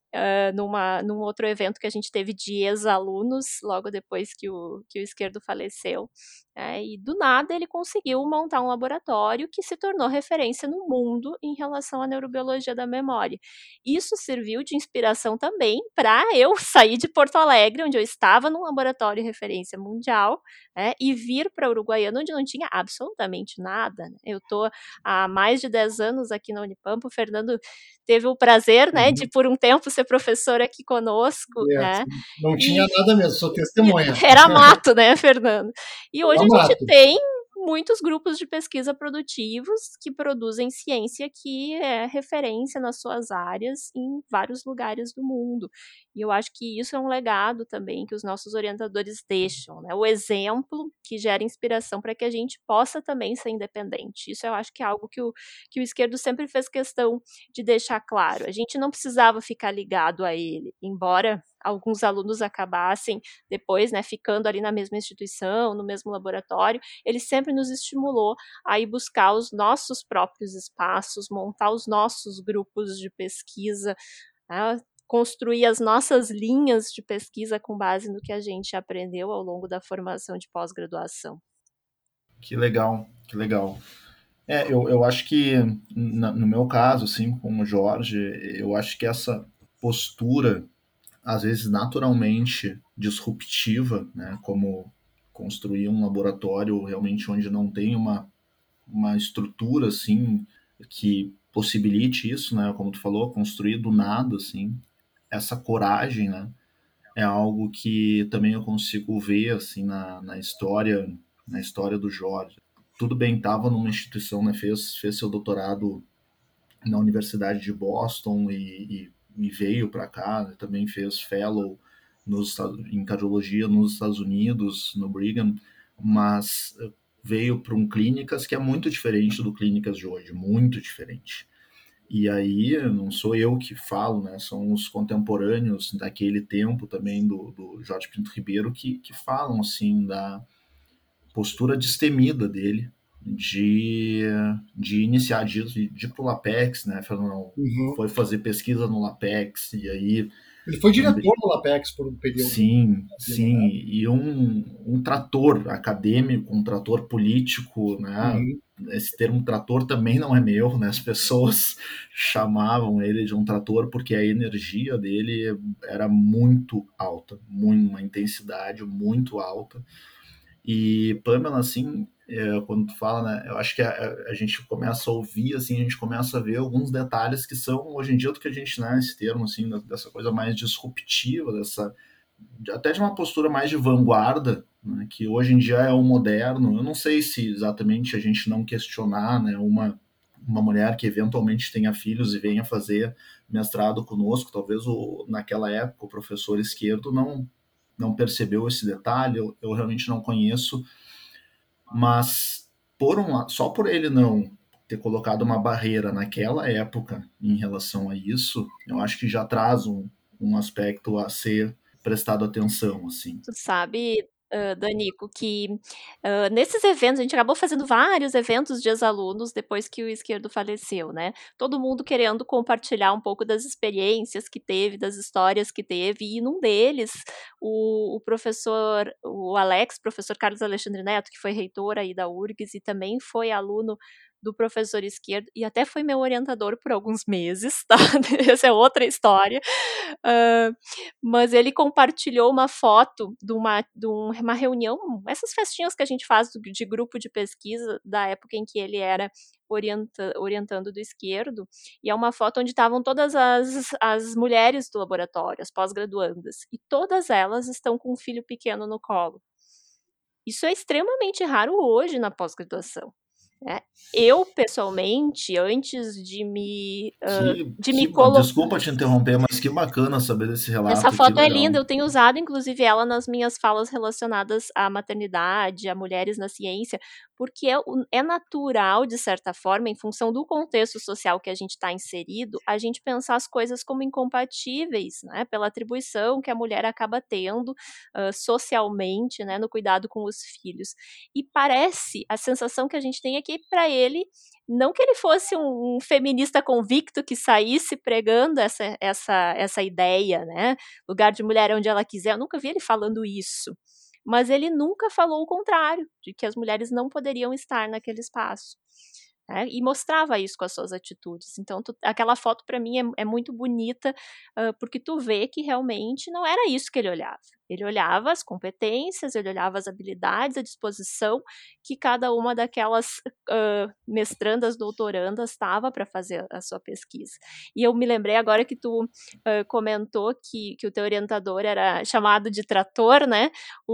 num outro evento que a gente teve de ex-alunos, logo depois que o Esquerdo faleceu. E do nada ele conseguiu montar um laboratório que se tornou referência no mundo em relação à neurobiologia da memória. Isso serviu de inspiração também para eu sair de Porto Alegre, onde eu estava num laboratório referência mundial, e vir para Uruguaiana, onde não tinha absolutamente nada. Eu estou há mais de 10 anos aqui na Unipampa, o Fernando teve o prazer, né, de por um tempo ser professor aqui conosco, né? Não tinha E nada mesmo, sou testemunha. era mato, né, Fernando? E hoje Era a gente mato. tem muitos grupos de pesquisa produtivos que produzem ciência que é referência nas suas áreas em vários lugares do mundo. E eu acho que isso é um legado também que os nossos orientadores deixam, né? O exemplo que gera inspiração para que a gente possa também ser independente. Isso eu acho que é algo que o esquerdo sempre fez questão de deixar claro. A gente não precisava ficar ligado a ele, embora alguns alunos acabassem depois, né, ficando ali na mesma instituição, no mesmo laboratório, ele sempre nos estimulou a ir buscar os nossos próprios espaços, montar os nossos grupos de pesquisa, né, construir as nossas linhas de pesquisa com base no que a gente aprendeu ao longo da formação de pós-graduação. Que legal, que legal. Eu acho que, no meu caso, assim, como o Jorge, eu acho que essa postura, às vezes naturalmente disruptiva, né, como construir um laboratório realmente onde não tem uma estrutura, assim, que possibilite isso, né, como tu falou, construir do nada, assim, essa coragem, né, é algo que também eu consigo ver, assim, na história do Jorge. Tudo bem, estava numa instituição, né, fez seu doutorado na Universidade de Boston e veio para cá, né, também fez fellow em cardiologia nos Estados Unidos, no Brigham, mas veio para um clínicas que é muito diferente do clínicas de hoje, muito diferente. E aí, não sou eu que falo, né? São os contemporâneos daquele tempo também do Jorge Pinto Ribeiro que falam, assim, da postura destemida dele de, de iniciar, de ir pro LAPEX, né? Falando, Uhum. foi fazer pesquisa no LAPEX, e aí Ele foi também. diretor do LAPEX por um período Sim, da vida, sim, né? e um trator acadêmico, um trator político, né? Uhum. Esse termo trator também não é meu, né? As pessoas chamavam ele de um trator porque a energia dele era muito alta, uma intensidade muito alta. E Pamela, assim, quando tu fala, né, eu acho que a gente começa a ouvir, assim, a gente começa a ver alguns detalhes que são, hoje em dia, do que a gente, né, esse termo, assim, dessa coisa mais disruptiva, até de uma postura mais de vanguarda, né, que hoje em dia é o moderno. Eu não sei se exatamente a gente não questionar, né, uma mulher que eventualmente tenha filhos e venha fazer mestrado conosco, talvez naquela época o professor esquerdo não percebeu esse detalhe, eu realmente não conheço, mas só por ele não ter colocado uma barreira naquela época em relação a isso, eu acho que já traz um aspecto a ser prestado atenção, assim. Tu sabe, Danico, que nesses eventos, a gente acabou fazendo vários eventos de ex-alunos depois que o esquerdo faleceu, né? Todo mundo querendo compartilhar um pouco das experiências que teve, das histórias que teve, e num deles, o professor, o Alex, professor Carlos Alexandre Neto, que foi reitor aí da URGS e também foi aluno do professor esquerdo, e até foi meu orientador por alguns meses, tá? Essa é outra história. Uh, mas ele compartilhou uma foto de uma reunião, essas festinhas que a gente faz de grupo de pesquisa da época em que ele era orientando do esquerdo, e é uma foto onde estavam todas as mulheres do laboratório, as pós-graduandas, e todas elas estão com um filho pequeno no colo. Isso é extremamente raro hoje na pós-graduação. Né? Eu, pessoalmente, antes de me colocar. Desculpa te interromper, mas que bacana saber desse Essa relato, que foto é legal. linda, eu tenho usado inclusive ela nas minhas falas relacionadas à maternidade, a mulheres na ciência, porque é natural, de certa forma, em função do contexto social que a gente está inserido, a gente pensar as coisas como incompatíveis, né, pela atribuição que a mulher acaba tendo socialmente, né, no cuidado com os filhos. E parece, a sensação que a gente tem é que para ele, não que ele fosse um feminista convicto que saísse pregando essa ideia, né? Lugar de mulher onde ela quiser. Eu nunca vi ele falando isso. Mas ele nunca falou o contrário, de que as mulheres não poderiam estar naquele espaço. Né? E mostrava isso com as suas atitudes. Então, aquela foto para mim é muito bonita, porque tu vê que realmente não era isso que ele olhava. Ele olhava as competências, ele olhava as habilidades, a disposição que cada uma daquelas mestrandas, doutorandas estava para fazer a sua pesquisa. E eu me lembrei agora que tu comentou que o teu orientador era chamado de trator, né?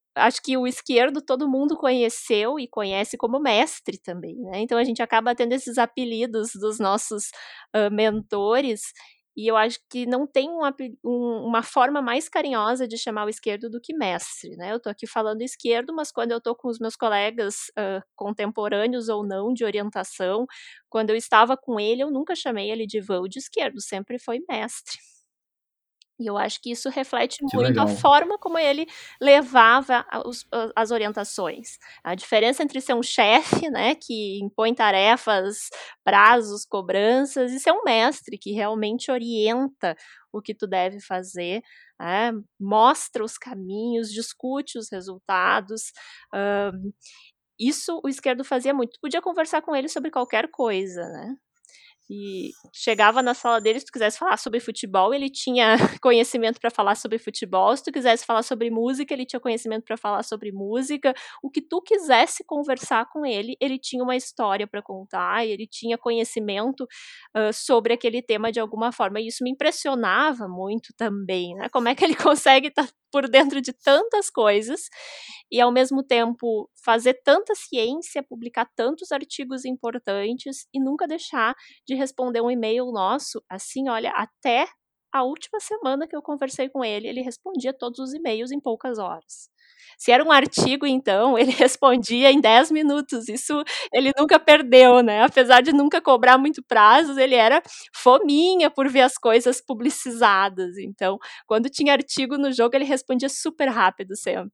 acho que o esquerdo todo mundo conheceu e conhece como mestre também, né? Então a gente acaba tendo esses apelidos dos nossos mentores, e eu acho que não tem uma forma mais carinhosa de chamar o esquerdo do que mestre, né? Eu tô aqui falando esquerdo, mas quando eu tô com os meus colegas contemporâneos ou não de orientação, quando eu estava com ele, eu nunca chamei ele de vão de esquerdo, sempre foi mestre. E eu acho que isso reflete Que muito a legal. forma como ele levava as orientações. A diferença entre ser um chefe, né, que impõe tarefas, prazos, cobranças, e ser um mestre que realmente orienta o que tu deve fazer, né, mostra os caminhos, discute os resultados. Isso o esquerdo fazia muito. Tu podia conversar com ele sobre qualquer coisa, né? E chegava na sala dele, se tu quisesse falar sobre futebol, ele tinha conhecimento para falar sobre futebol. Se tu quisesse falar sobre música, ele tinha conhecimento para falar sobre música. O que tu quisesse conversar com ele, ele tinha uma história para contar, ele tinha conhecimento sobre aquele tema de alguma forma. E isso me impressionava muito também, né? Como é que ele consegue estar por dentro de tantas coisas e, ao mesmo tempo, fazer tanta ciência, publicar tantos artigos importantes e nunca deixar de responder um e-mail nosso, assim, olha, até a última semana que eu conversei com ele, ele respondia todos os e-mails em poucas horas. Se era um artigo, então, ele respondia em 10 minutos. Isso ele nunca perdeu, né? Apesar de nunca cobrar muito prazos, ele era fominha por ver as coisas publicizadas. Então, quando tinha artigo no jogo, ele respondia super rápido sempre.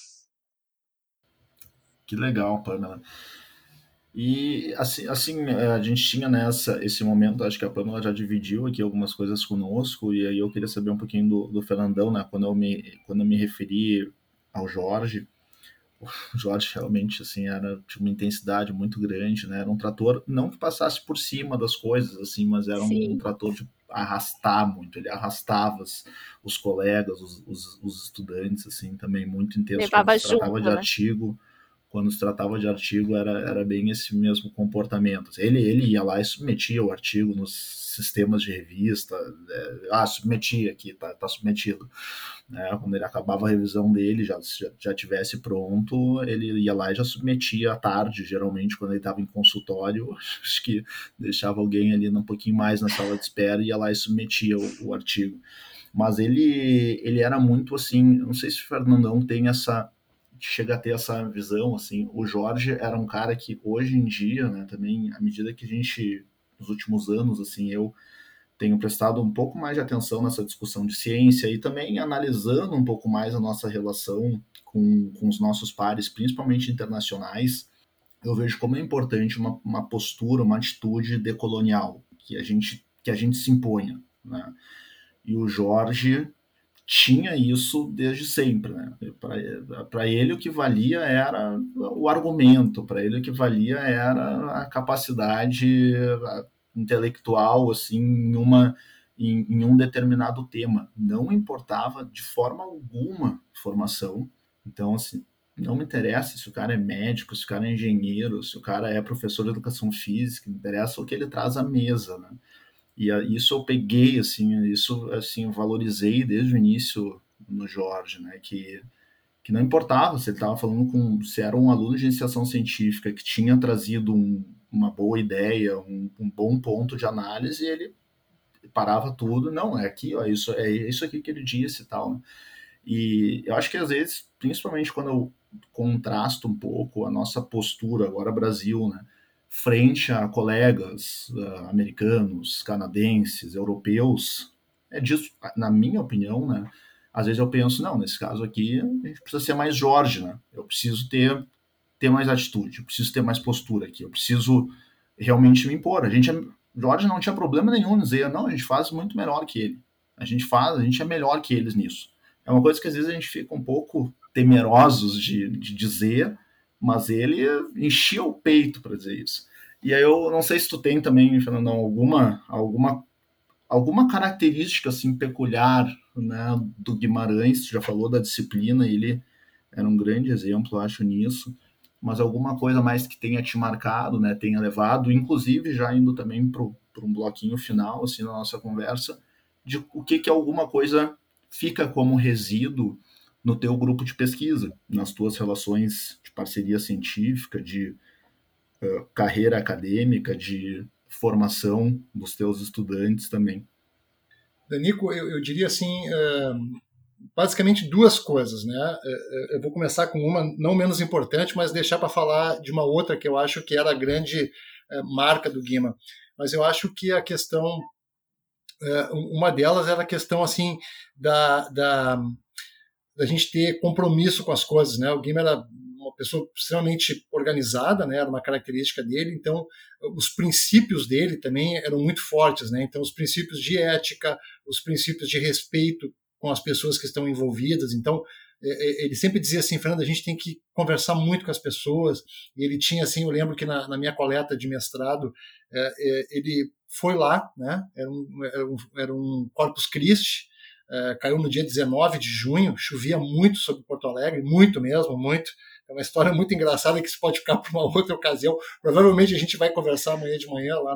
Que legal, Pamela. E assim, a gente tinha esse momento, acho que a Pamela já dividiu aqui algumas coisas conosco, e aí eu queria saber um pouquinho do Fernandão, né? Quando eu me referi ao Jorge, o Jorge realmente assim tinha uma intensidade muito grande, né? Era um trator não que passasse por cima das coisas assim, mas era um Sim. trator de arrastar muito. Ele arrastava os colegas, os estudantes assim também muito intenso quando Levava se tratava junto, de né? artigo. Quando se tratava de artigo, era bem esse mesmo comportamento. Ele ia lá e submetia o artigo nos sistemas de revista, submetia aqui, tá submetido. Né? Quando ele acabava a revisão dele, já tivesse pronto, ele ia lá e já submetia à tarde, geralmente, quando ele estava em consultório, acho que deixava alguém ali um pouquinho mais na sala de espera e ia lá e submetia o artigo. Mas ele era muito assim, não sei se o Fernandão tem chega a ter essa visão, assim, o Jorge era um cara que hoje em dia, né, também, à medida que a gente, nos últimos anos, assim, eu tenho prestado um pouco mais de atenção nessa discussão de ciência e também analisando um pouco mais a nossa relação com os nossos pares, principalmente internacionais, eu vejo como é importante uma postura, uma atitude decolonial, que a gente se imponha, né? E o Jorge tinha isso desde sempre, né? Para ele o que valia era o argumento, para ele o que valia era a capacidade intelectual assim em um determinado tema. Não importava de forma alguma formação. Então assim, não me interessa se o cara é médico, se o cara é engenheiro, se o cara é professor de educação física, me interessa o que ele traz à mesa, né? E isso eu peguei, assim, isso assim, eu valorizei desde o início no Jorge, né? Que não importava se ele estava falando se era um aluno de iniciação científica que tinha trazido uma boa ideia, um bom ponto de análise, e ele parava tudo, não, é isso aqui que ele disse e tal. Né? E eu acho que às vezes, principalmente quando eu contrasto um pouco a nossa postura, agora Brasil, né? Frente a colegas americanos, canadenses, europeus, é disso, na minha opinião, né? Às vezes eu penso, não, nesse caso aqui, a gente precisa ser mais Jorge, né? Eu preciso ter mais atitude, eu preciso ter mais postura aqui, eu preciso realmente me impor. Jorge não tinha problema nenhum em dizer, não, a gente faz muito melhor que ele. A gente é melhor que eles nisso. É uma coisa que às vezes a gente fica um pouco temerosos de dizer, mas ele enchia o peito para dizer isso. E aí eu não sei se tu tem também, Fernandão, alguma característica assim peculiar, né, do Guimarães. Tu já falou da disciplina, ele era um grande exemplo, acho, nisso. Mas alguma coisa mais que tenha te marcado, né, tenha levado, inclusive já indo também para um bloquinho final assim na nossa conversa, de o que alguma coisa fica como resíduo no teu grupo de pesquisa, nas tuas relações de parceria científica, de carreira acadêmica, de formação dos teus estudantes também. Danico, eu diria assim, basicamente duas coisas, né? Eu vou começar com uma não menos importante, mas deixar para falar de uma outra que eu acho que era a grande marca do Guima. Mas eu acho que a questão, uma delas era a questão assim da gente ter compromisso com as coisas, né? O Guima era uma pessoa extremamente organizada, né? Era uma característica dele. Então, os princípios dele também eram muito fortes, né? Então, os princípios de ética, os princípios de respeito com as pessoas que estão envolvidas. Então, ele sempre dizia assim, Fernando, a gente tem que conversar muito com as pessoas. E ele tinha assim, eu lembro que na minha coleta de mestrado, ele foi lá, né? Era um Corpus Christi. Caiu no dia 19 de junho, chovia muito sobre Porto Alegre, muito mesmo, muito. É uma história muito engraçada que se pode ficar para uma outra ocasião. Provavelmente a gente vai conversar amanhã de manhã lá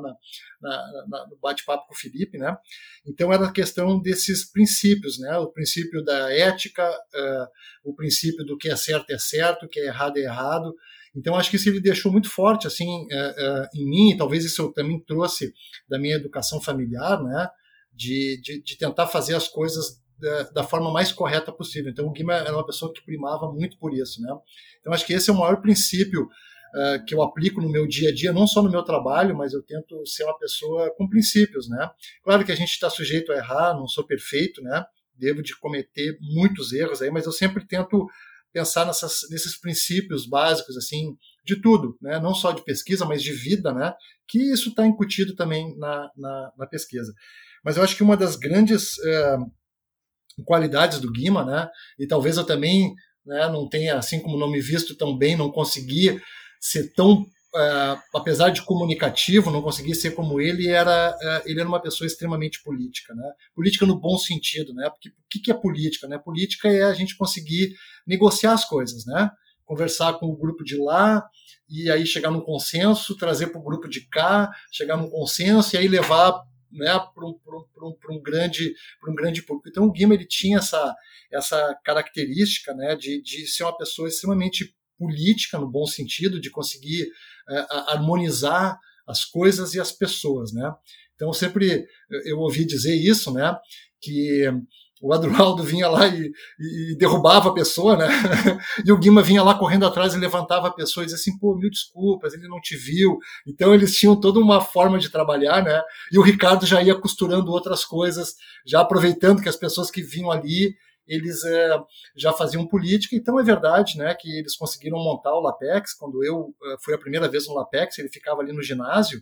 no bate-papo com o Felipe, né? Então era a questão desses princípios, né? O princípio da ética, o princípio do que é certo, o que é errado. Então acho que isso ele deixou muito forte assim em mim, e talvez isso eu também trouxe da minha educação familiar, né? De tentar fazer as coisas da forma mais correta possível. Então, o Guima era uma pessoa que primava muito por isso, né? Então, acho que esse é o maior princípio que eu aplico no meu dia a dia, não só no meu trabalho, mas eu tento ser uma pessoa com princípios, né? Claro que a gente está sujeito a errar, não sou perfeito, né? Devo de cometer muitos erros aí, mas eu sempre tento pensar nesses princípios básicos, assim, de tudo, né? Não só de pesquisa, mas de vida, né? Que isso está incutido também na pesquisa. Mas eu acho que uma das grandes qualidades do Guima, né, e talvez eu também, né, não tenha, assim como não me visto tão bem, não consegui ser tão, apesar de comunicativo, não consegui ser como ele era uma pessoa extremamente política, né, política no bom sentido, né, porque o que é política, né, política é a gente conseguir negociar as coisas, né, conversar com o grupo de lá, e aí chegar num consenso, trazer para o grupo de cá, chegar num consenso e aí levar, né, para um grande público. Então o Guima ele tinha essa característica, né, de ser uma pessoa extremamente política no bom sentido, de conseguir harmonizar as coisas e as pessoas, né. Então sempre eu ouvi dizer isso, né, que o Adroaldo vinha lá e derrubava a pessoa, né? E o Guima vinha lá correndo atrás e levantava a pessoa e dizia assim, pô, mil desculpas, ele não te viu. Então eles tinham toda uma forma de trabalhar, né? E o Ricardo já ia costurando outras coisas, já aproveitando que as pessoas que vinham ali, eles já faziam política. Então é verdade, né, que eles conseguiram montar o LAPEX. Quando eu fui a primeira vez no LAPEX, ele ficava ali no ginásio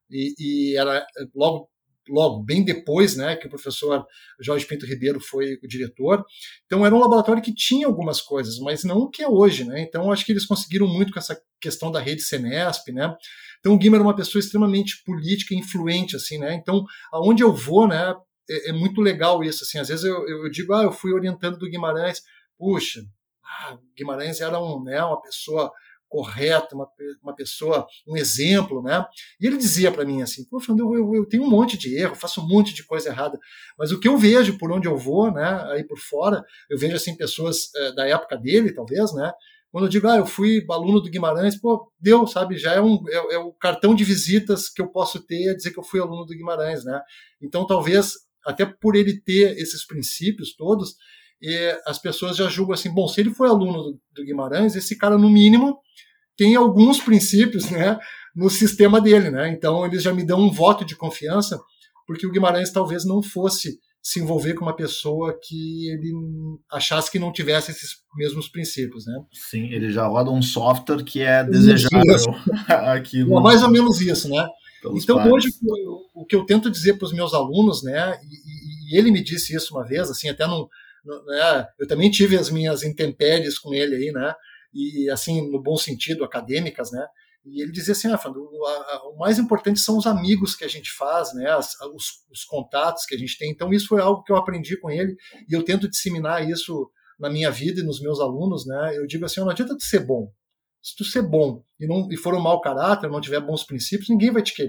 e era logo bem depois, né, que o professor Jorge Pinto Ribeiro foi o diretor. Então era um laboratório que tinha algumas coisas, mas não o que é hoje, né? Então acho que eles conseguiram muito com essa questão da rede Senesp, né? Então o Guima era uma pessoa extremamente política e influente, assim, né? Então aonde eu vou, né, é muito legal isso, assim. Às vezes eu digo, eu fui orientando do Guimarães, puxa, Guimarães era uma pessoa correta, uma pessoa, um exemplo, né? E ele dizia para mim assim, pô, Fernando, eu tenho um monte de erro, faço um monte de coisa errada, mas o que eu vejo por onde eu vou, né, aí por fora, eu vejo assim pessoas da época dele, talvez, né? Quando eu digo, eu fui aluno do Guimarães, pô, deu, sabe, já é o cartão de visitas que eu posso ter a dizer que eu fui aluno do Guimarães, né? Então, talvez, até por ele ter esses princípios todos, as pessoas já julgam assim, bom, se ele foi aluno do Guimarães, esse cara, no mínimo, tem alguns princípios, né, no sistema dele, né? Então eles já me dão um voto de confiança, porque o Guimarães talvez não fosse se envolver com uma pessoa que ele achasse que não tivesse esses mesmos princípios, né? Sim, ele já roda um software que é desejável aqui no... Mais ou menos isso, né? Então pares. Hoje o que eu tento dizer para os meus alunos, né, e ele me disse isso uma vez, assim, até né, eu também tive as minhas intempéries com ele aí, né? E assim, no bom sentido, acadêmicas, né? E ele dizia assim, Fernando, o mais importante são os amigos que a gente faz, né? Os contatos que a gente tem. Então isso foi algo que eu aprendi com ele e eu tento disseminar isso na minha vida e nos meus alunos, né? Eu digo assim, não adianta tu ser bom. Se tu ser bom e for um mau caráter, não tiver bons princípios, ninguém vai te querer.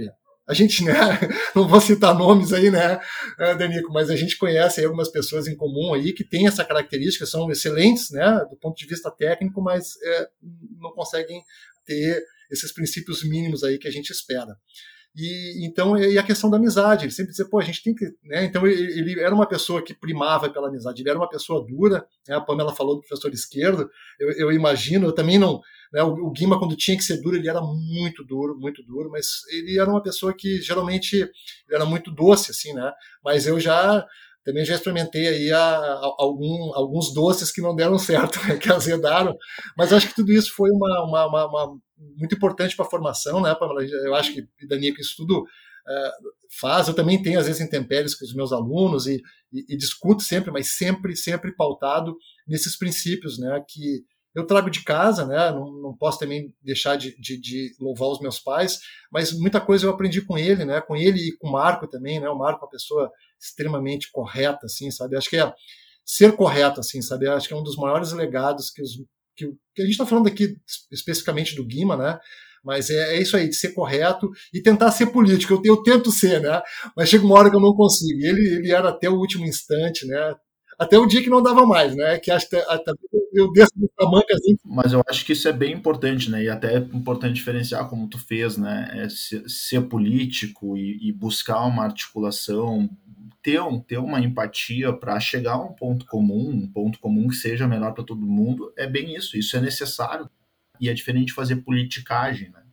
a gente, né, não vou citar nomes aí, né, Danico, mas a gente conhece aí algumas pessoas em comum aí que têm essa característica, são excelentes, né, do ponto de vista técnico, mas não conseguem ter esses princípios mínimos aí que a gente espera. E então, e a questão da amizade, ele sempre dizia, pô, a gente tem que, né? Então ele era uma pessoa que primava pela amizade, ele era uma pessoa dura, né? A Pamela falou do professor esquerdo, eu imagino, eu também não, né? O Guima, quando tinha que ser duro, ele era muito duro, mas ele era uma pessoa que geralmente ele era muito doce, assim, né? Mas eu também já experimentei aí alguns doces que não deram certo, né, que azedaram, mas acho que tudo isso foi uma muito importante para a formação, né, Pamela? Eu acho que, Danico, isso tudo faz. Eu também tenho, às vezes, intempéries com os meus alunos e discuto sempre, mas sempre pautado nesses princípios, né, que eu trago de casa, né, não posso também deixar de louvar os meus pais, mas muita coisa eu aprendi com ele, né, com ele e com o Marco também, né, o Marco é uma pessoa extremamente correta, assim, sabe? Acho que ser correto, assim, sabe? Acho que é um dos maiores legados que a gente está falando aqui especificamente do Guima, né? Mas é isso aí, de ser correto e tentar ser político. Eu tento ser, né? Mas chega uma hora que eu não consigo. Ele era até o último instante, né? Até o dia que não dava mais, né? Que acho que até eu desço do tamanho assim. Mas eu acho que isso é bem importante, né? E até é importante diferenciar como tu fez, né? É ser político e buscar uma articulação, ter uma empatia para chegar a um ponto comum que seja melhor para todo mundo, é bem isso. Isso é necessário. E é diferente de fazer politicagem, né?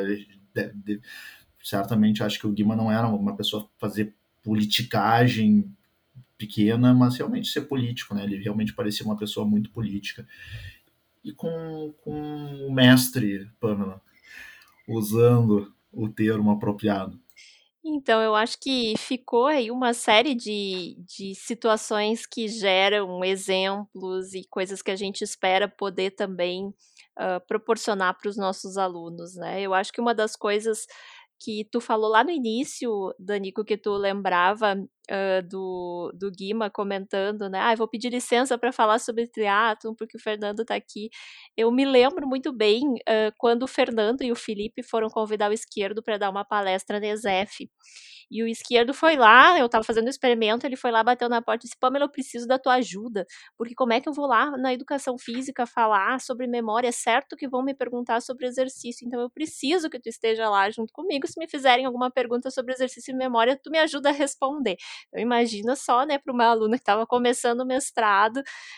Certamente acho que o Guima não era uma pessoa fazer politicagem pequena, mas realmente ser político, né? Ele realmente parecia uma pessoa muito política. E com o mestre, Pamela, usando o termo apropriado. Então, eu acho que ficou aí uma série de situações que geram exemplos e coisas que a gente espera poder também proporcionar para os nossos alunos, né? Eu acho que uma das coisas que tu falou lá no início, Danico, que tu lembrava do Guima comentando, né? Ah, eu vou pedir licença para falar sobre triatlon porque o Fernando está aqui. Eu me lembro muito bem quando o Fernando e o Felipe foram convidar o Esquerdo para dar uma palestra na ESEF. E o Esquerdo foi lá, eu estava fazendo um experimento, ele foi lá, bateu na porta e disse, Pamela, eu preciso da tua ajuda, porque como é que eu vou lá na educação física falar sobre memória? É certo que vão me perguntar sobre exercício, então eu preciso que tu esteja lá junto comigo, se me fizerem alguma pergunta sobre exercício e memória, tu me ajuda a responder. Então imagina só, né, para uma aluna que estava começando o mestrado,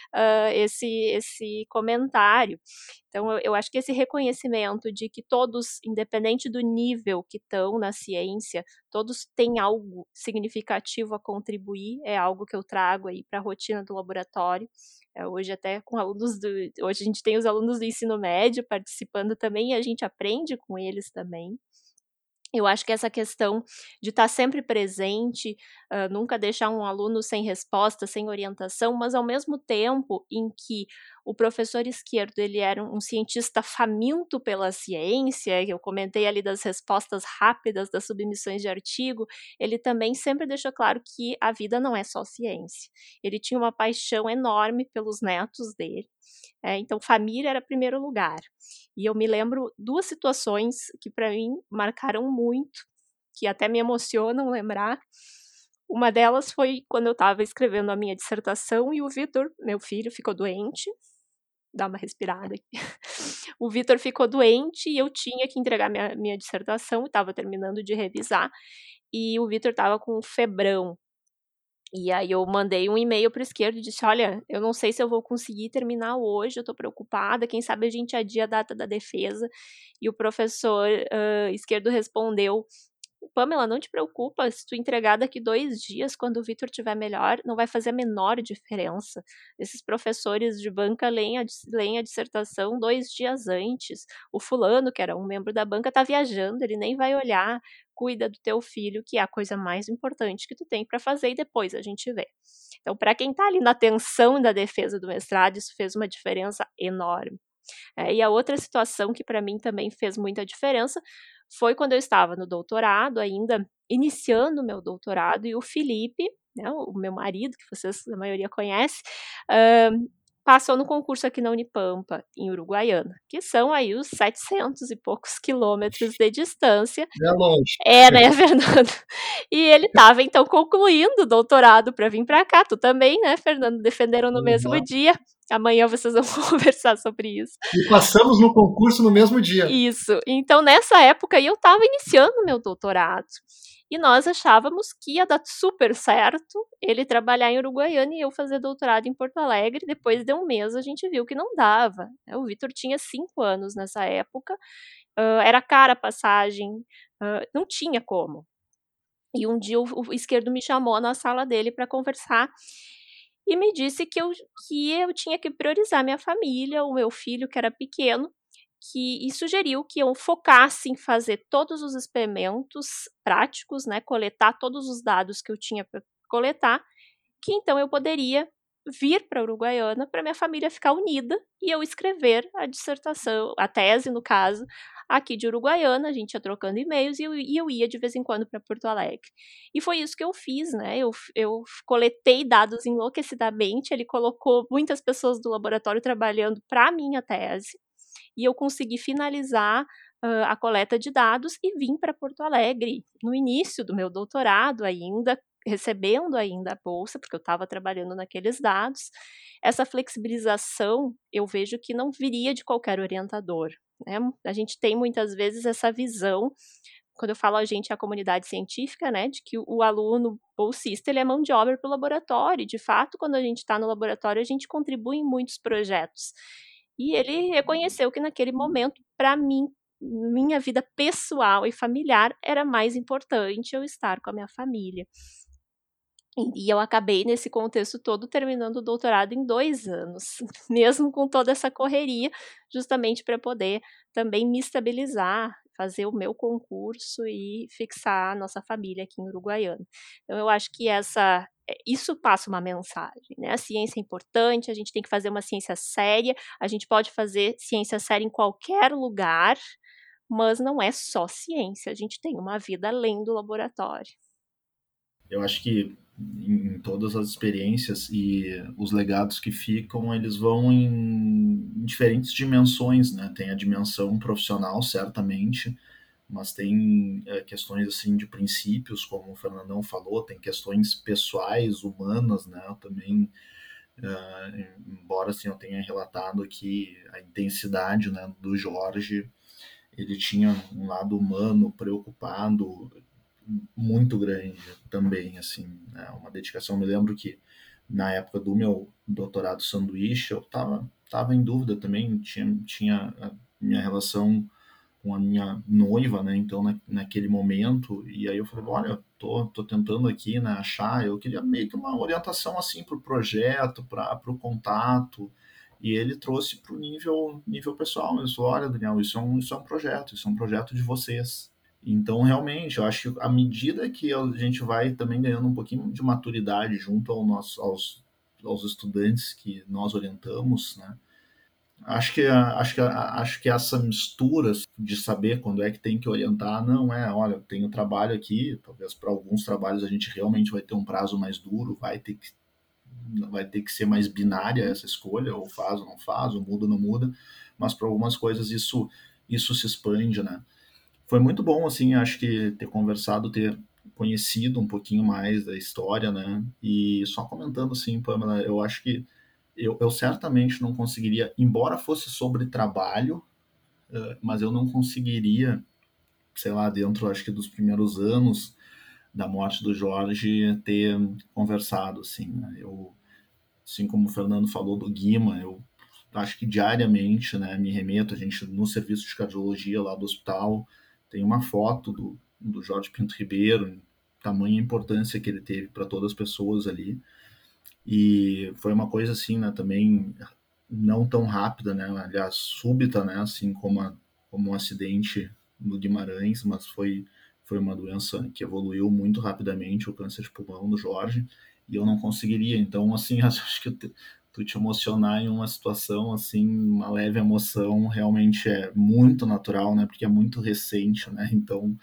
esse comentário. Então, eu acho que esse reconhecimento de que todos, independente do nível que estão na ciência, todos têm algo significativo a contribuir, é algo que eu trago aí para a rotina do laboratório. Hoje até com alunos hoje a gente tem os alunos do ensino médio participando também e a gente aprende com eles também. Eu acho que essa questão de estar sempre presente, nunca deixar um aluno sem resposta, sem orientação, mas ao mesmo tempo em que o professor Esquerdo ele era um cientista faminto pela ciência, eu comentei ali das respostas rápidas das submissões de artigo, ele também sempre deixou claro que a vida não é só ciência. Ele tinha uma paixão enorme pelos netos dele, então família era primeiro lugar. E eu me lembro 2 situações que para mim marcaram muito, que até me emocionam lembrar. Uma delas foi quando eu estava escrevendo a minha dissertação e o Vitor, meu filho, ficou doente. Dá uma respirada aqui. O Vitor ficou doente e eu tinha que entregar minha dissertação, estava terminando de revisar, e o Vitor estava com um febrão. E aí eu mandei um e-mail para o Esquerdo e disse, olha, eu não sei se eu vou conseguir terminar hoje, eu estou preocupada, quem sabe a gente adia a data da defesa. E o professor Esquerdo respondeu, Pamela, não te preocupa, se tu entregar daqui 2 dias, quando o Vitor estiver melhor, não vai fazer a menor diferença. Esses professores de banca leem a dissertação 2 dias antes. O fulano, que era um membro da banca, está viajando, ele nem vai olhar. Cuida do teu filho, que é a coisa mais importante que tu tem para fazer e depois a gente vê. Então, para quem está ali na tensão da defesa do mestrado, isso fez uma diferença enorme. E a outra situação que para mim também fez muita diferença foi quando eu estava no doutorado, ainda iniciando o meu doutorado, e o Felipe, né, o meu marido, que vocês, a maioria conhece, passou no concurso aqui na Unipampa, em Uruguaiana, que são aí os 700 e poucos quilômetros de distância. É longe. É, né, Fernando? E ele estava, então, concluindo o doutorado para vir para cá. Tu também, né, Fernando? Defenderam no mesmo dia. Amanhã vocês vão conversar sobre isso. E passamos no concurso no mesmo dia. Isso. Então, nessa época, eu estava iniciando meu doutorado. E nós achávamos que ia dar super certo ele trabalhar em Uruguaiana e eu fazer doutorado em Porto Alegre. Depois de um mês, a gente viu que não dava. O Vitor tinha 5 anos nessa época. Era cara a passagem. Não tinha como. E um dia o Esquerdo me chamou na sala dele para conversar e me disse que eu tinha que priorizar minha família, o meu filho, que era pequeno, e sugeriu que eu focasse em fazer todos os experimentos práticos, né, coletar todos os dados que eu tinha para coletar, que então eu poderia vir para a Uruguaiana para minha família ficar unida e eu escrever a dissertação, a tese, no caso, aqui de Uruguaiana. A gente ia trocando e-mails e eu ia de vez em quando para Porto Alegre. E foi isso que eu fiz, né? Eu coletei dados enlouquecidamente, ele colocou muitas pessoas do laboratório trabalhando para a minha tese e eu consegui finalizar a coleta de dados e vim para Porto Alegre no início do meu doutorado ainda, recebendo ainda a bolsa, porque eu estava trabalhando naqueles dados. Essa flexibilização eu vejo que não viria de qualquer orientador, né? A gente tem muitas vezes essa visão, quando eu falo a gente, é a comunidade científica, né, de que o aluno bolsista ele é mão de obra para o laboratório. De fato, quando a gente está no laboratório, a gente contribui em muitos projetos. E ele reconheceu que naquele momento, para mim, minha vida pessoal e familiar, era mais importante eu estar com a minha família. E eu acabei, nesse contexto todo, terminando o doutorado em 2 anos, mesmo com toda essa correria, justamente para poder também me estabilizar, fazer o meu concurso e fixar a nossa família aqui em Uruguaiana. Então eu acho que isso passa uma mensagem, né? A ciência é importante, a gente tem que fazer uma ciência séria, a gente pode fazer ciência séria em qualquer lugar, mas não é só ciência, a gente tem uma vida além do laboratório. Eu acho que em todas as experiências e os legados que ficam, eles vão em diferentes dimensões, né? Tem a dimensão profissional, certamente, mas tem questões assim de princípios, como o Fernandão falou, tem questões pessoais, humanas, né? Eu também, embora assim eu tenha relatado aqui a intensidade, né, do Jorge, ele tinha um lado humano preocupado muito grande também, assim, né? Uma dedicação. Eu me lembro que na época do meu doutorado sanduíche eu tava em dúvida também, tinha a minha relação com a minha noiva, né? Então naquele momento, e aí eu falei, olha, tô tentando aqui, né, achar, eu queria meio que uma orientação assim para o projeto, para o contato. E ele trouxe para o nível pessoal. Ele falou, olha, Daniel, isso é um projeto de vocês. Então, realmente, eu acho que à medida que a gente vai também ganhando um pouquinho de maturidade junto aos estudantes que nós orientamos, né? Acho que essa mistura de saber quando é que tem que orientar, não é, olha, eu tenho trabalho aqui, talvez para alguns trabalhos a gente realmente vai ter um prazo mais duro, vai ter que ser mais binária essa escolha, ou faz ou não faz, ou muda ou não muda, mas para algumas coisas isso se expande, né? Foi muito bom, assim, acho que ter conversado, ter conhecido um pouquinho mais da história, né? E só comentando, assim, Pamela, eu acho que eu certamente não conseguiria, embora fosse sobre trabalho, mas eu não conseguiria, sei lá, dentro, acho que dos primeiros anos da morte do Jorge, ter conversado, assim, né? Assim como o Fernando falou do Guima, eu acho que diariamente, né, me remeto, a gente no serviço de cardiologia lá do hospital, tem uma foto do Jorge Pinto Ribeiro, tamanha importância que ele teve para todas as pessoas ali. E foi uma coisa assim, né, também não tão rápida, né, aliás, súbita, né, assim como um acidente no Guimarães, mas foi uma doença que evoluiu muito rapidamente, o câncer de pulmão do Jorge, e eu não conseguiria. Então, assim, acho que tu te emocionar em uma situação assim, uma leve emoção, realmente é muito natural, né, porque é muito recente, né, então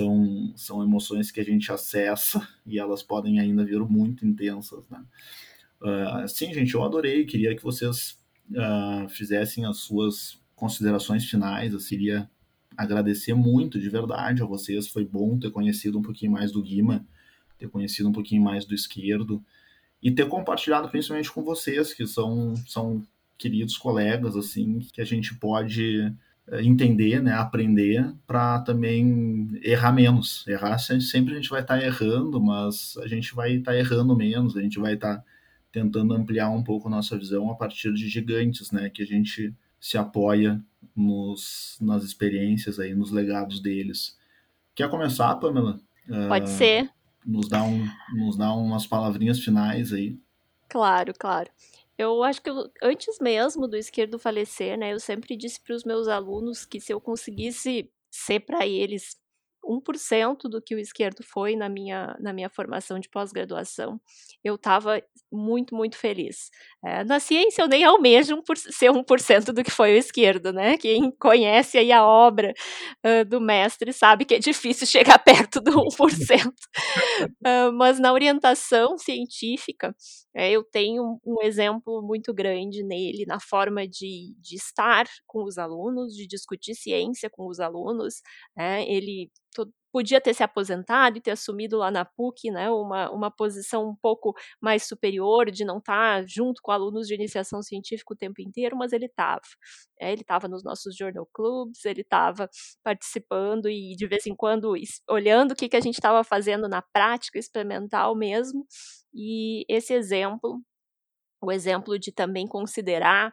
são emoções que a gente acessa e elas podem ainda vir muito intensas, né. Sim, gente, eu adorei. Queria que vocês fizessem as suas considerações finais. Eu queria agradecer muito, de verdade, a vocês. Foi bom ter conhecido um pouquinho mais do Guima, ter conhecido um pouquinho mais do Esquerdo e ter compartilhado principalmente com vocês, que são queridos colegas, assim, que a gente pode entender, né, aprender para também errar menos. Errar sempre a gente vai estar errando, mas a gente vai estar errando menos, a gente vai estar tentando ampliar um pouco a nossa visão a partir de gigantes, né, que a gente se apoia nas experiências aí, nos legados deles. Quer começar, Pamela? Pode ser. Nos dá umas palavrinhas finais aí. Claro, claro. Eu acho que antes mesmo do Esquerdo falecer, né, eu sempre disse para os meus alunos que se eu conseguisse ser para eles 1% do que o Esquerdo foi na minha formação de pós-graduação, eu estava muito, muito feliz. Na ciência eu nem almejo ser 1% do que foi o Esquerdo, né? Quem conhece aí a obra do mestre sabe que é difícil chegar perto do 1%. Mas na orientação científica, eu tenho um exemplo muito grande nele, na forma de estar com os alunos, de discutir ciência com os alunos, ele podia ter se aposentado e ter assumido lá na PUC, né, uma posição um pouco mais superior, de não estar junto com alunos de iniciação científica o tempo inteiro, mas ele estava. Ele estava nos nossos journal clubs, ele estava participando e de vez em quando olhando o que a gente estava fazendo na prática experimental mesmo, e esse exemplo, o exemplo de também considerar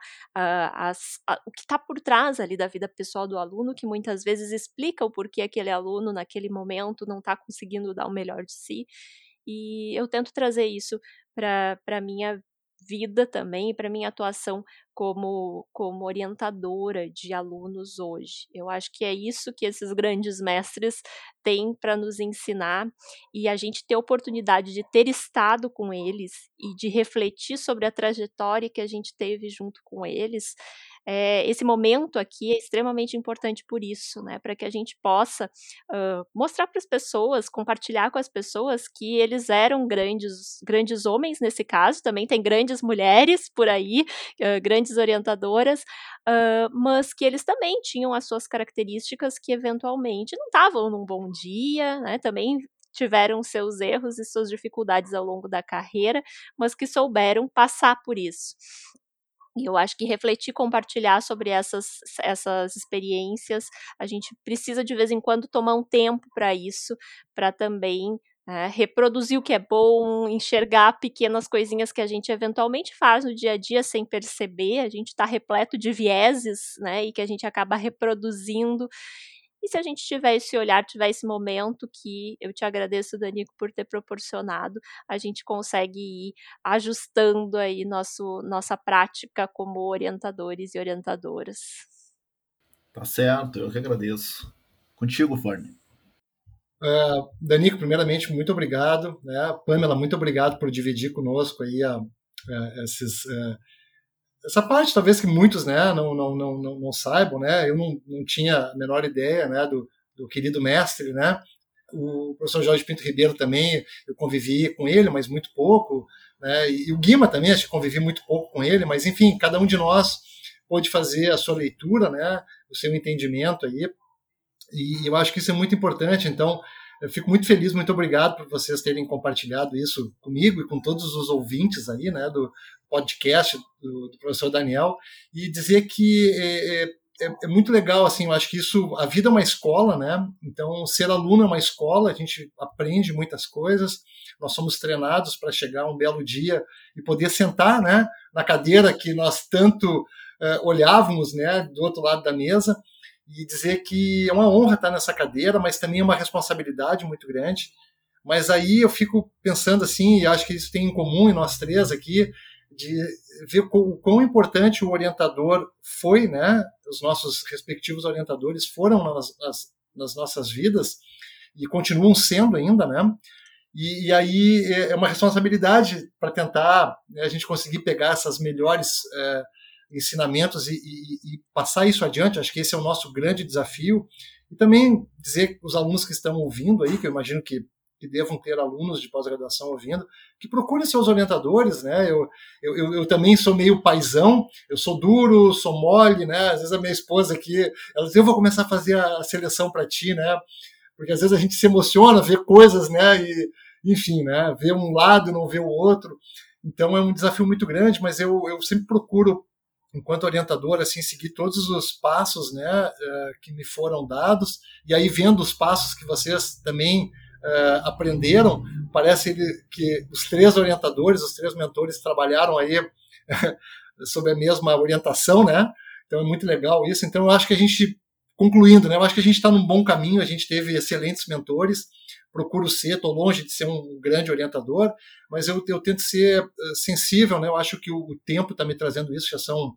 o que está por trás ali da vida pessoal do aluno, que muitas vezes explica o porquê aquele aluno naquele momento não está conseguindo dar o melhor de si, e eu tento trazer isso para a minha vida também, para minha atuação como orientadora de alunos hoje. Eu acho que é isso que esses grandes mestres têm para nos ensinar, e a gente ter a oportunidade de ter estado com eles e de refletir sobre a trajetória que a gente teve junto com eles, esse momento aqui é extremamente importante por isso, né, para que a gente possa mostrar para as pessoas, compartilhar com as pessoas que eles eram grandes homens nesse caso, também tem grandes mulheres por aí, grandes orientadoras, mas que eles também tinham as suas características que eventualmente não estavam num bom dia, né, também tiveram seus erros e suas dificuldades ao longo da carreira, mas que souberam passar por isso. E eu acho que refletir, compartilhar sobre essas experiências, a gente precisa de vez em quando tomar um tempo para isso, para também reproduzir o que é bom, enxergar pequenas coisinhas que a gente eventualmente faz no dia a dia sem perceber, a gente está repleto de vieses, né, e que a gente acaba reproduzindo. E se a gente tiver esse olhar, tiver esse momento, que eu te agradeço, Danico, por ter proporcionado, a gente consegue ir ajustando aí nossa prática como orientadores e orientadoras. Tá certo, eu que agradeço. Contigo, Forne. Danico, primeiramente, muito obrigado. Né? Pamela, muito obrigado por dividir conosco aí essa parte, talvez que muitos, né, não saibam. Né? Eu não tinha a menor ideia, né, do querido mestre, né? O professor Jorge Pinto Ribeiro também, eu convivi com ele, mas muito pouco. Né? E o Guima também, acho que convivi muito pouco com ele, mas enfim, cada um de nós pôde fazer a sua leitura, né, o seu entendimento aí, e eu acho que isso é muito importante. Então, eu fico muito feliz, muito obrigado por vocês terem compartilhado isso comigo e com todos os ouvintes aí, né, do podcast do professor Daniel, e dizer que é muito legal, assim, eu acho que isso, a vida é uma escola, né, então ser aluno é uma escola, a gente aprende muitas coisas, nós somos treinados para chegar um belo dia e poder sentar, né, na cadeira que nós tanto olhávamos, né, do outro lado da mesa, e dizer que é uma honra estar nessa cadeira, mas também é uma responsabilidade muito grande. Mas aí eu fico pensando assim, e acho que isso tem em comum em nós três aqui, de ver o quão importante o orientador foi, né? Os nossos respectivos orientadores foram nas nossas vidas e continuam sendo ainda, né? E aí é uma responsabilidade para tentar, né, a gente conseguir pegar essas melhores ensinamentos e passar isso adiante. Acho que esse é o nosso grande desafio. E também dizer que os alunos que estão ouvindo aí, que eu imagino que que devam ter alunos de pós-graduação ouvindo, que procurem seus orientadores, né? Eu também sou meio paizão, eu sou duro, sou mole, né? Às vezes a minha esposa aqui, ela diz, eu vou começar a fazer a seleção para ti, né? Porque às vezes a gente se emociona, vê coisas, né? E, enfim, né? Vê um lado e não vê o outro. Então é um desafio muito grande, mas eu sempre procuro, enquanto orientador, assim, seguir todos os passos, né, que me foram dados, e aí vendo os passos que vocês também aprenderam, parece que os 3 orientadores, os 3 mentores trabalharam aí sob a mesma orientação, né? Então é muito legal isso. Então eu acho que a gente, concluindo, né, eu acho que a gente está num bom caminho, a gente teve excelentes mentores, procuro ser, estou longe de ser um grande orientador, mas eu tento ser sensível, né? Eu acho que o tempo está me trazendo isso, já são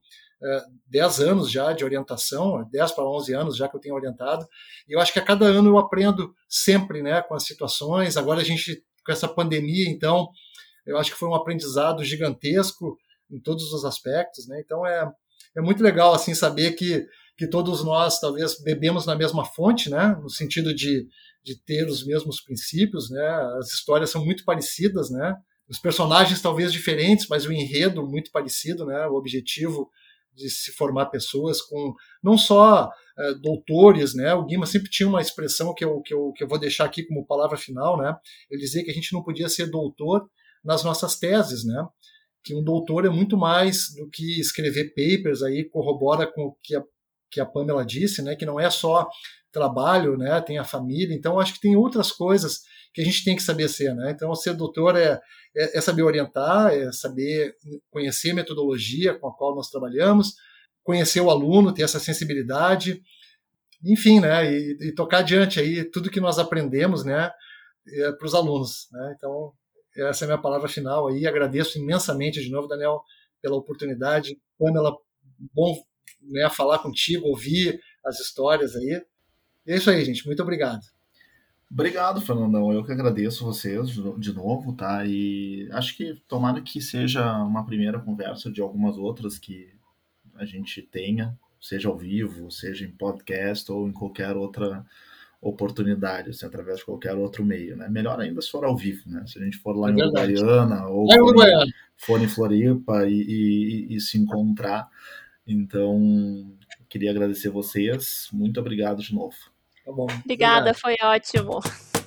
10 anos já de orientação, 10 para 11 anos já que eu tenho orientado, e eu acho que a cada ano eu aprendo sempre, né, com as situações. Agora a gente, com essa pandemia, então, eu acho que foi um aprendizado gigantesco em todos os aspectos, né? Então é muito legal, assim, saber que todos nós talvez bebemos na mesma fonte, né, no sentido de ter os mesmos princípios, né? As histórias são muito parecidas, né? Os personagens talvez diferentes, mas o enredo muito parecido, né? O objetivo de se formar pessoas com não só doutores, né? O Guima sempre tinha uma expressão que eu vou deixar aqui como palavra final, né? Ele dizia que a gente não podia ser doutor nas nossas teses, né? Que um doutor é muito mais do que escrever papers, aí corrobora com o que a Pamela disse, né? Que não é só trabalho, né? Tem a família, então acho que tem outras coisas que a gente tem que saber ser, né? Então ser doutor é saber orientar, é saber conhecer a metodologia com a qual nós trabalhamos, conhecer o aluno, ter essa sensibilidade, enfim, né? E tocar adiante aí tudo que nós aprendemos, né? Para os alunos, né? Então essa é a minha palavra final aí. Agradeço imensamente de novo, Daniel, pela oportunidade. Pamela, bom, né, falar contigo, ouvir as histórias aí. E é isso aí, gente. Muito obrigado. Obrigado, Fernandão. Eu que agradeço vocês de novo, tá? E acho que tomara que seja uma primeira conversa de algumas outras que a gente tenha, seja ao vivo, seja em podcast ou em qualquer outra oportunidade, assim, através de qualquer outro meio, né? Melhor ainda se for ao vivo, né? Se a gente for lá em Uruguaiana ou for em Floripa e se encontrar. Então, queria agradecer vocês. Muito obrigado de novo. Tá bom. Obrigada, foi ótimo.